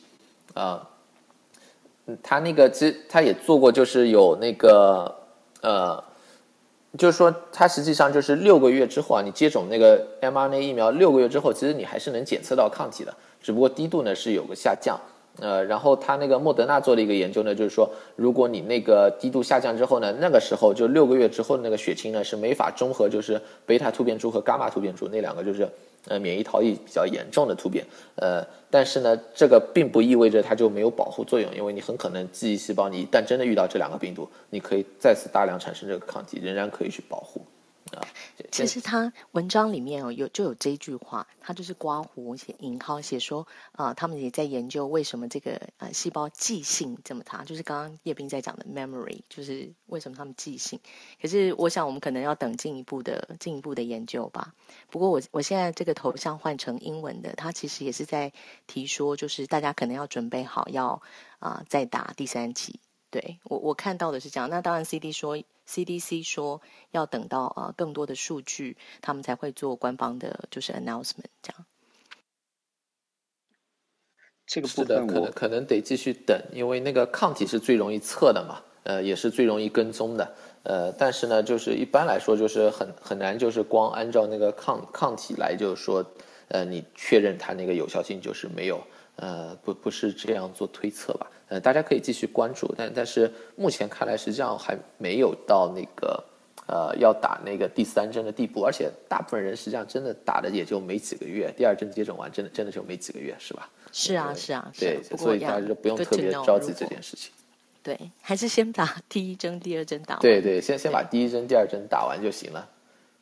他那个其实他也做过，就是有那个就是说它实际上就是6个月之后你接种那个 mRNA 疫苗6个月之后，其实你还是能检测到抗体的，只不过低度呢是有个下降。然后他那个莫德纳做了一个研究呢，就是说如果你那个低度下降之后呢，那个时候就6个月之后的那个血清呢是没法中和就是贝塔突变株和伽马突变株那2个就是免疫逃逸比较严重的突变。但是呢这个并不意味着它就没有保护作用，因为你很可能记忆细胞你一旦真的遇到这2个病毒，你可以再次大量产生这个抗体，仍然可以去保护。 其实他文章里面就有这句话，他就是刮胡写引号写说他们也在研究为什么这个细胞记性这么差，就是刚刚叶斌在讲的 memory， 就是为什么他们记性。可是我想我们可能要等进一步的研究吧。不过我现在这个头像换成英文的，他其实也是在提说，就是大家可能要准备好要再打第3剂。对，我看到的是这样。那当然 CDC 说要等到更多的数据，他们才会做官方的就是 announcement 这样。 这个部分可能得继续等，因为那个抗体是最容易测的嘛，也是最容易跟踪的。但是呢，就是一般来说就是很难，就是光按照那个抗体来，就是说你确认它那个有效性就是没有。不是这样做推测吧？大家可以继续关注，但是目前看来实际上还没有到那个要打那个第3针的地步，而且大部分人实际上真的打的也就没几个月，第2针接种完真的就没几个月，是吧？ 是啊， 对，所以大家就不用特别着急这件事情。 对，还是先把第1针、第2针打完。 对，先把第1针、第2针打完就行了。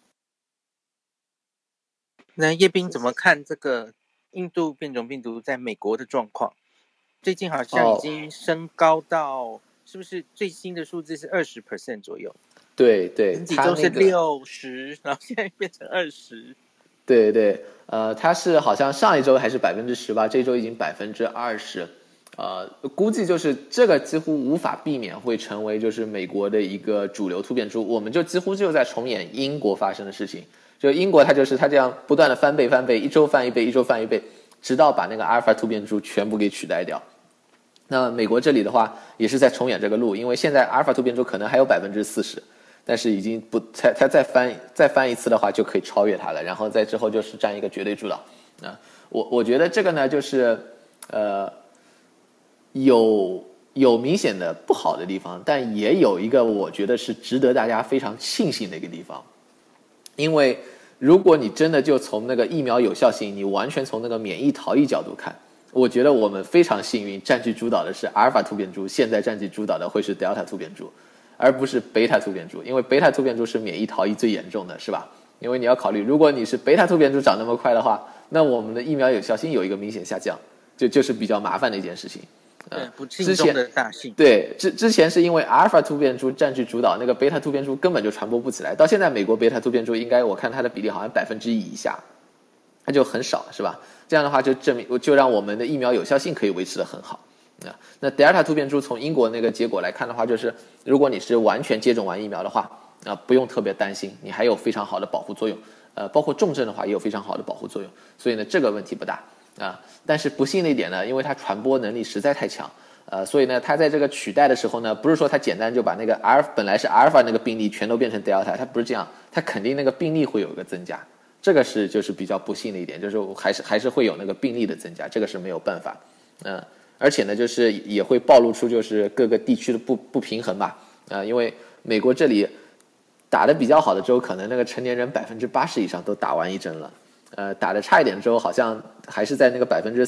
那叶斌怎么看这个印度变种病毒在美国的状况？最近好像已经升高到，是不是最新的数字是20% 左右？ 对， 前几周是60%，然后现在变成20%。 对，它是好像上一周还是10%吧，这周已经20%。估计就是这个几乎无法避免会成为就是美国的一个主流突变株，我们就几乎就在重演英国发生的事情。就英国它这样不断的翻倍，一周翻一倍，一周翻一倍，直到把那个阿尔法突变株全部给取代掉。那美国这里的话也是在重演这个路，因为现在阿尔法突变株可能还有40%，但是已经不它再翻一次的话就可以超越它了，然后在之后就是占一个绝对主导。我觉得这个呢就是有有明显的不好的地方，但也有一个我觉得是值得大家非常庆幸的一个地方，因为如果你真的就从那个疫苗有效性，你完全从那个免疫逃逸角度看，我觉得我们非常幸运，占据主导的是阿尔法突变株，现在占据主导的会是德尔塔突变株，而不是贝塔突变株，因为贝塔突变株是免疫逃逸最严重的，是吧？因为你要考虑，如果你是贝塔突变株长那么快的话，那我们的疫苗有效性有一个明显下降，就是比较麻烦的一件事情。 对，不幸中的大幸。 对，之前是因为阿尔法突变株占据主导，那个贝塔突变株根本就传播不起来。到现在，美国贝塔突变株应该我看它的比例好像1%以下，它就很少，是吧？这样的话就让我们的疫苗有效性可以维持得很好。那德尔塔突变株从英国那个结果来看的话，就是如果你是完全接种完疫苗的话，不用特别担心，你还有非常好的保护作用。包括重症的话也有非常好的保护作用，所以呢这个问题不大但是不幸的一点呢，因为它传播能力实在太强，所以呢它在这个取代的时候呢，不是说它简单就把那个本来是阿尔法那个病例全都变成德尔塔，它不是这样，它肯定那个病例会有一个增加，这个就是比较不幸的一点，就是还是会有那个病例的增加，这个是没有办法。而且呢就是也会暴露出就是各个地区的不平衡吧。因为美国这里打得比较好的州，可能那个成年人80%以上都打完一针了，打得差一点的州好像还是在那个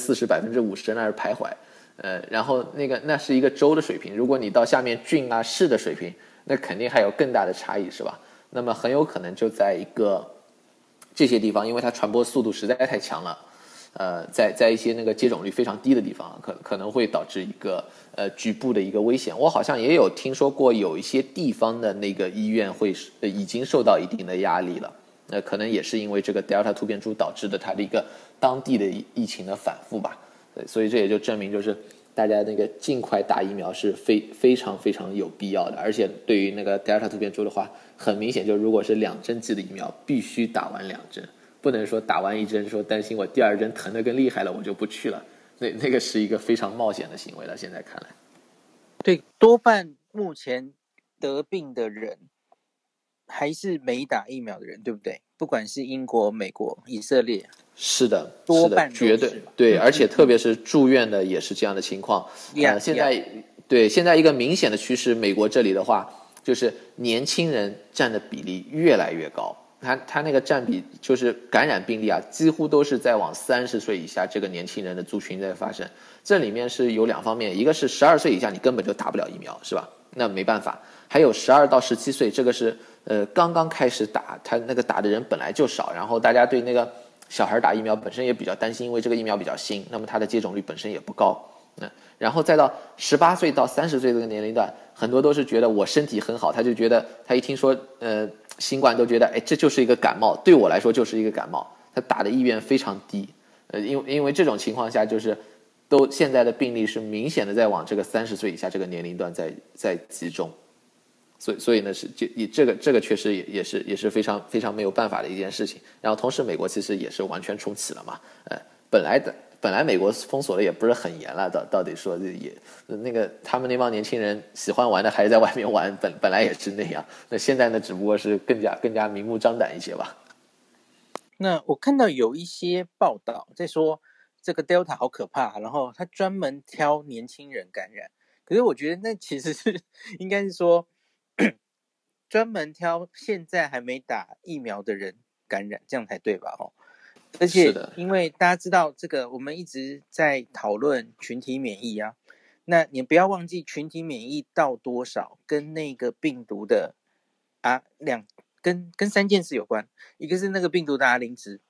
40%、50%那儿徘徊，然后那是一个州的水平，如果你到下面郡啊市的水平，那肯定还有更大的差异，是吧？那么很有可能就在一个这些地方，因为它传播速度实在太强了，在一些那个接种率非常低的地方，可能会导致一个局部的一个危险。我好像也有听说过有一些地方的那个医院会已经受到一定的压力了，可能也是因为这个德尔塔突变株导致的它的一个当地的疫情的反复吧。所以这也就证明就是大家那个尽快打疫苗是非常非常有必要的，而且对于那个德尔塔突变株的话，很明显就如果是2针剂的疫苗，必须打完2针。不能说打完1针说担心我第2针疼得更厉害了我就不去了，那个是一个非常冒险的行为了，现在看来。 对，多半目前得病的人还是没打疫苗的人，对不对？不管是英国、美国、以色列， 是的， 多半都是绝对对，而且特别是住院的也是这样的情况。现在一个明显的趋势，美国这里的话，就是年轻人占的比例越来越高。他那个占比就是感染病例啊，几乎都是在往30岁以下这个年轻人的族群在发生。这里面是有2方面，一个是12岁以下你根本就打不了疫苗，是吧？那没办法。还有12到17岁，这个是刚刚开始打，他那个打的人本来就少，然后大家对那个小孩打疫苗本身也比较担心，因为这个疫苗比较新，那么它的接种率本身也不高。然后再到18岁到30岁这个年龄段，很多都是觉得我身体很好，他就觉得他一听说新冠都觉得这就是一个感冒，对我来说就是一个感冒，他打的意愿非常低。因为这种情况下就是现在的病例是明显的在往这个30岁以下这个年龄段在集中。所以呢这个确实也是非常非常没有办法的一件事情。然后同时美国其实也是完全重启了嘛，本来美国封锁的也不是很严了，到底说也那个他们那帮年轻人喜欢玩的还是在外面玩，本来也是那样。那现在呢，只不过是更加明目张胆一些吧。 那我看到有一些报道在说这个 Delta 好可怕，然后他专门挑年轻人感染。可是我觉得那其实是应该是说专门挑现在还没打疫苗的人感染，这样才对吧？而且因为大家知道这个我们一直在讨论群体免疫啊，那你不要忘记群体免疫到多少跟那个病毒的跟3件事有关，一个是那个病毒的 R0 值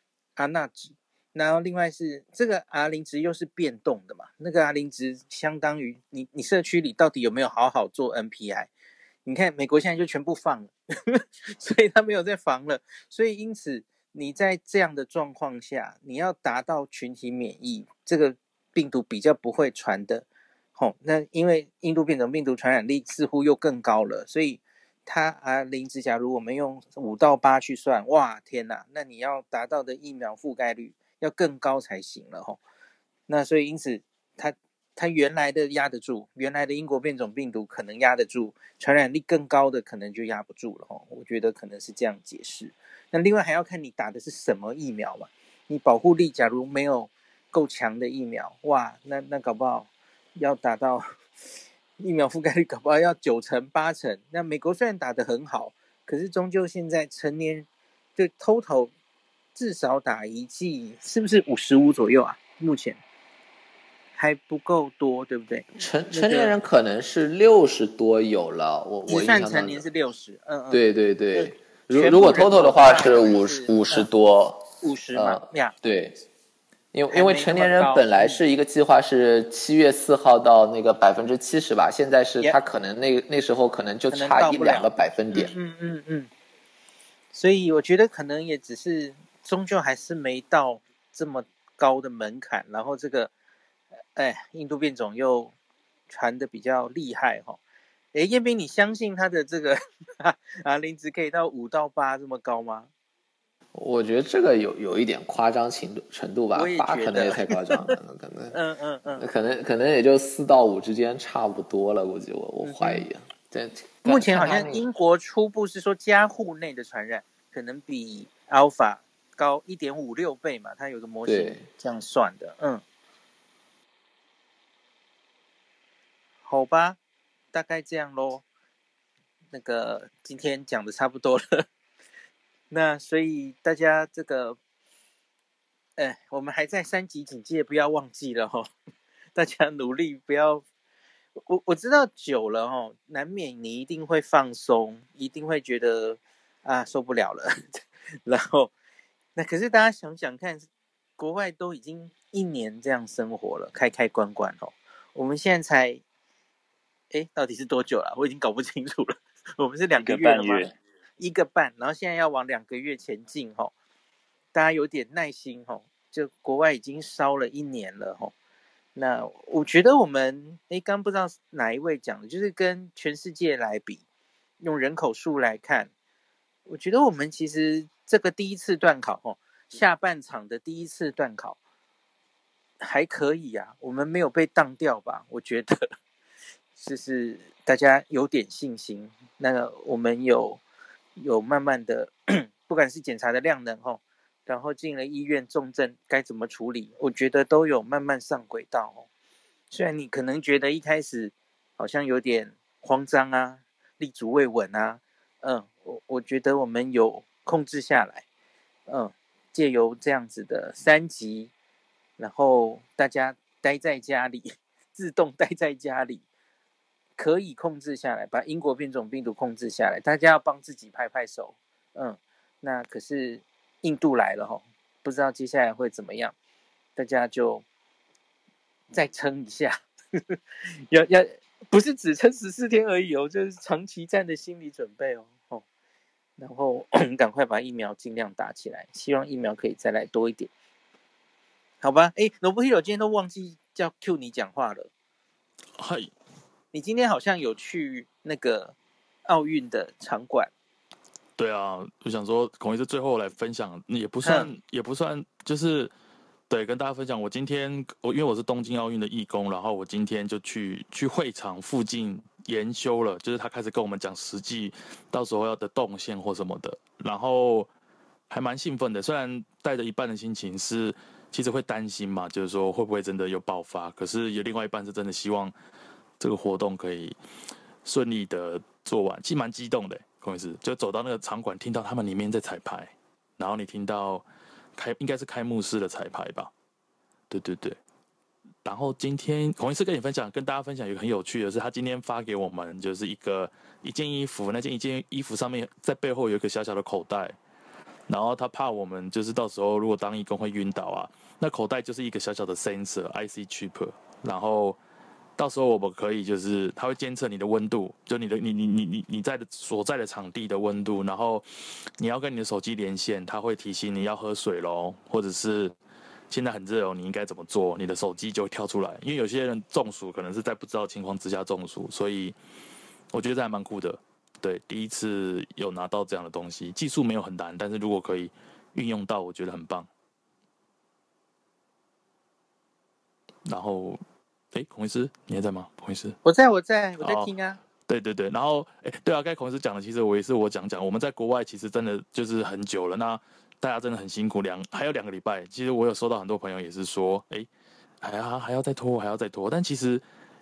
R 纳值，然后另外是这个 R0 值又是变动的嘛，那个 R0 值相当于你社区里到底有没有好好做 NPI， 你看美国现在就全部放了所以他没有在防了，所以因此你在这样的状况下，你要达到群体免疫，这个病毒比较不会传的。那因为印度变种病毒传染力似乎又更高了，所以它R0值假如我们用5到8去算，哇天哪，那你要达到的疫苗覆盖率要更高才行了。那所以因此它原来的压得住，原来的英国变种病毒可能压得住，传染力更高的可能就压不住了。我觉得可能是这样解释。那另外还要看你打的是什么疫苗嘛，你保护力假如没有够强的疫苗，哇，那搞不好要打到疫苗覆盖率搞不好要9成8成。那美国虽然打得很好，可是终究现在成年就 total 至少打1剂，是不是55左右啊？目前还不够多，对不对？ 成年人可能是60多有了，我印象当中成年是60， 对对对。如果 total 的话是50多 ，50嘛呀， 对。因为成年人本来是一个计划是7月4号到那个70%吧，现在是他可能那时候可能就差1-2个百分点。 所以我觉得可能也只是终究还是没到这么高的门槛，然后这个印度变种又传的比较厉害哈。彦斌，你相信他的这个磷脂可以到5到8这么高吗？ 我觉得这个有一点夸张程度吧，8可能也太夸张了，可能可能也就4到5之间差不多了，估计我怀疑。 目前好像英国初步是说家户内的传染可能比 Alpha 高1.56倍嘛，它有个模型这样算的。好吧，大概这样咯。那个今天讲的差不多了。那所以大家这个，我们还在3级警戒，不要忘记了齁。大家努力不要，我知道久了齁，难免你一定会放松，一定会觉得受不了了。然后，那可是大家想想看，国外都已经1年这样生活了，开关齁，我们现在才，到底是多久了？我已经搞不清楚了。我们是2个月了吗？1个半，然后现在要往2个月前进齁，大家有点耐心齁，就国外已经烧了1年了齁。那我觉得我们刚不知道哪一位讲的，就是跟全世界来比，用人口数来看，我觉得我们其实这个第一次段考齁，下半场的第一次段考还可以啊，我们没有被当掉吧？我觉得就是大家有点信心，那个我们有慢慢的不管是检查的量能然后进了医院重症该怎么处理，我觉得都有慢慢上轨道虽然你可能觉得一开始好像有点慌张啊，立足未稳啊，我觉得我们有控制下来，借由这样子的3级，然后大家待在家里，自动待在家里，可以控制下来，把英国变种病毒控制下来，大家要帮自己拍拍手。那可是印度来了不知道接下来会怎么样，大家就再撑一下。要不是只撑14天而已就是长期战的心理准备然后赶快把疫苗尽量打起来，希望疫苗可以再来多一点，好吧？Nobuhiro 今天都忘记叫 Q 你讲话了。 嗨， 你今天好像有去那个奥运的场馆。 对啊，我想说孔医师最后来分享，也不算就是对跟大家分享。我今天因为我是东京奥运的义工，然后我今天就去会场附近研修了，就是他开始跟我们讲实际到时候要的动线或什么的，然后还蛮兴奋的。虽然带着一半的心情是其实会担心嘛，就是说会不会真的有爆发，可是有另外一半是真的希望这个活动可以顺利的做完，其实蛮激动的。孔医师就走到那个场馆，听到他们里面在彩排，然后你听到应该是开幕式的彩排吧？对对对。然后今天孔医师跟大家分享一个很有趣的是，他今天发给我们就是一件衣服，那一件衣服上面在背后有一个小小的口袋，然后他怕我们就是到时候如果当义工会晕倒啊，那口袋就是一个小小的 sensor IC chip， 然后到时候我们可以就是它会监测你的温度，就你所在的场地的温度，然后你要跟你的手机连线，它会提醒你要喝水咯，或者是现在很热你应该怎么做，你的手机就会跳出来。因为有些人中暑可能是在不知道情况之下中暑，所以我觉得这还蛮酷的。对，第一次有拿到这样的东西，技术没有很难，但是如果可以运用到，我觉得很棒。然后孔医师，你还在吗？孔医师， 我在听啊。 对对对，然后对啊，刚才孔医师讲的，其实我也是讲，我们在国外其实真的就是很久了，那大家真的很辛苦，还有2个礼拜。其实我有收到很多朋友也是说，还要再拖，但其实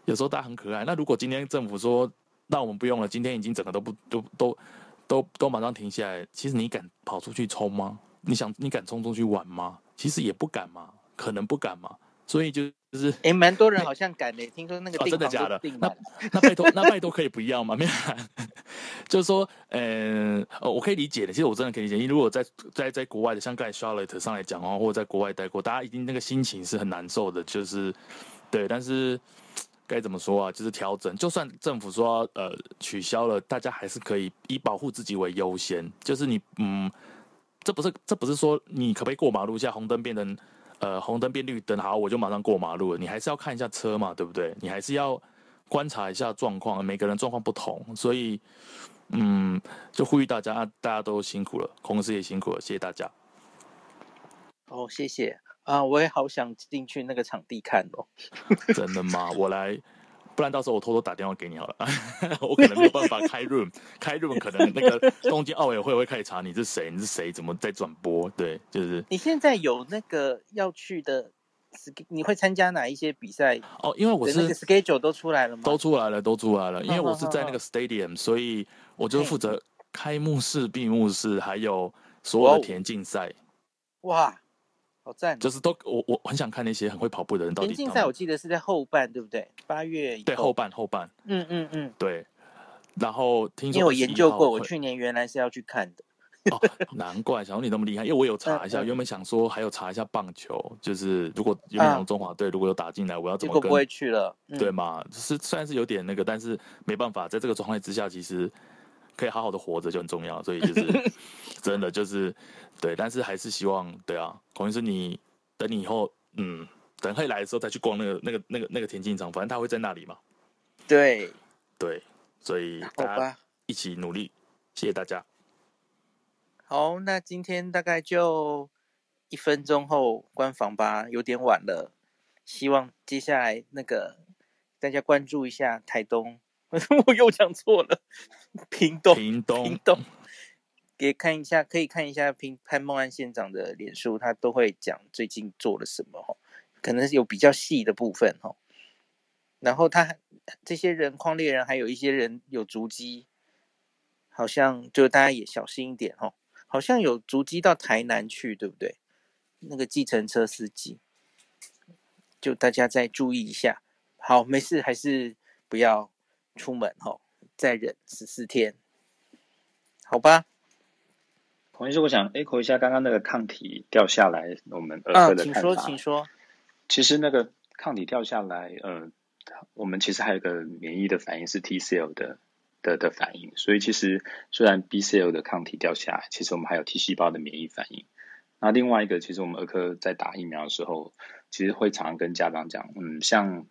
有时候大家很可爱。那如果今天政府说那我们不用了，今天已经整个都马上停下来，其实你敢跑出去冲吗？你敢冲出去玩吗？其实也不敢嘛，可能不敢嘛。所以就是蛮多人好像敢的，听说那个订房真的假的？ 都订满了。 那拜托可以不要吗？没有，就是说，我可以理解的。其实我真的可以理解，因为如果在国外的，像刚才 Charlotte 上来讲哦，或者在国外待过，大家一定那个心情是很难受的，就是对。但是该怎么说啊？就是调整，就算政府说取消了，大家还是可以以保护自己为优先。就是你这不是说你可不可以过马路，现在红灯变成红灯变绿灯，好，我就马上过马路了。你还是要看一下车嘛，对不对？你还是要观察一下状况，每个人状况不同，所以就呼吁大家，大家都辛苦了，公司也辛苦了，谢谢大家。 哦，谢谢啊，我也好想进去那个场地看哦。 真的吗？我来。不然到时候我偷偷打电话给你好了，我可能没有办法开 room， 开 room 可能那个东京奥委会开始查你是谁，怎么在转播，对，就是。 你现在有那个要去的，你会参加哪一些比赛？ 哦，因为我是那个 schedule 都出来了吗？ 都出来了，因为我是在那个 stadium，所以我就负责开幕式、闭幕式，还有所有的田径赛。 哇！好赞！ 就是我很想看那些很会跑步的人到底。 田径赛我记得是在后半，对不对？8月以后。 对，后半。对，然后听说因为我研究过，我去年原来是要去看的。 哦，难怪小你那么厉害，因为我有查一下，原本想说还有查一下棒球，就是如果原本中华队如果有打进来，我要怎么跟？ 结果不会去了， 对嘛？虽然是有点那个，但是没办法，在这个状态之下，其实可以好好的活着就很重要，所以就是真的就是对，但是还是希望对啊，孔医师你等你以后等可以来的时候再去逛那个田径场，反正他会在那里嘛。 对， 所以大家一起努力，谢谢大家。 好，那今天大概就1分钟后关房吧，有点晚了。希望接下来那个大家关注一下台东，我又讲错了，屏东，可以看一下潘孟安县长的脸书，他都会讲最近做了什么，可能有比较细的部分。然后他这些人匡列人还有一些人有足迹，好像就大家也小心一点。好像有足迹到台南去，对不对？那个计程车司机，就大家再注意一下。好，没事，还是不要出门再忍14天，好吧？ 孔医师，我想 echo 一下刚刚那个抗体掉下来，我们儿科的看法。 请说。 其实那个抗体掉下来，我们其实还有一个免疫的反应是 T cell 的反应，所以其实虽然 B cell 的抗体掉下来，其实我们还有 T 细胞的免疫反应。那另外一个，其实我们儿科在打疫苗的时候，其实会常常跟家长讲，像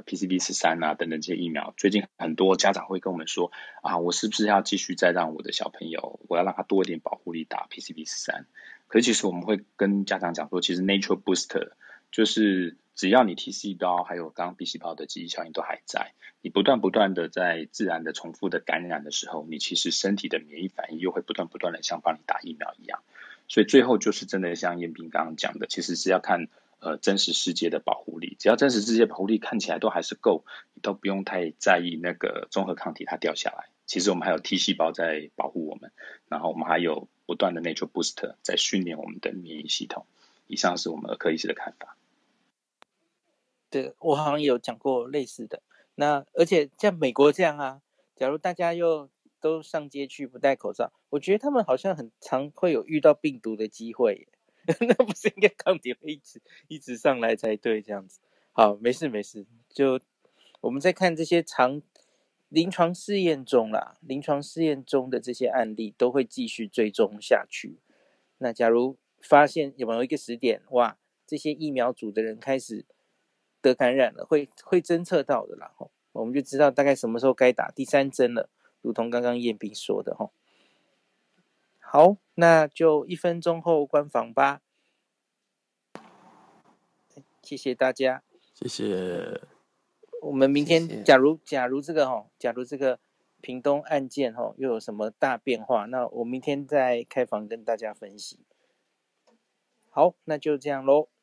PCV13啊等等这些疫苗，最近很多家长会跟我们说啊，我是不是要继续再让我的小朋友，我要让他多一点保护力打 PCV13？可是其实我们会跟家长讲说，其实 Nature Booster 就是只要你 T 细胞还有刚刚 B 细胞的记忆效应都还在，你不断的在自然的重复的感染的时候，你其实身体的免疫反应又会不断的像帮你打疫苗一样。所以最后就是真的像彦斌刚刚讲的，其实是要看真实世界的保护力，只要真实世界保护力看起来都还是够，你都不用太在意那个综合抗体它掉下来。其实我们还有 T 细胞在保护我们，然后我们还有不断的 Nature Booster 在训练我们的免疫系统。以上是我们儿科医师的看法。 对，我好像有讲过类似的。那而且像美国这样啊，假如大家又都上街去不戴口罩，我觉得他们好像很常会有遇到病毒的机会耶。那不是应该抗体会一直上来才对，这样子。好，没事，就我们在看这些临床试验中的这些案例都会继续追踪下去。那假如发现有没有一个时点，哇，这些疫苗组的人开始得感染了，会侦测到的啦。我们就知道大概什么时候该打第3针了，如同刚刚彦斌说的。好，那就1分钟后关房吧。谢谢大家， 谢谢。 我们明天假如这个屏东案件又有什么大变化，那我明天再开房跟大家分析。好，那就这样咯。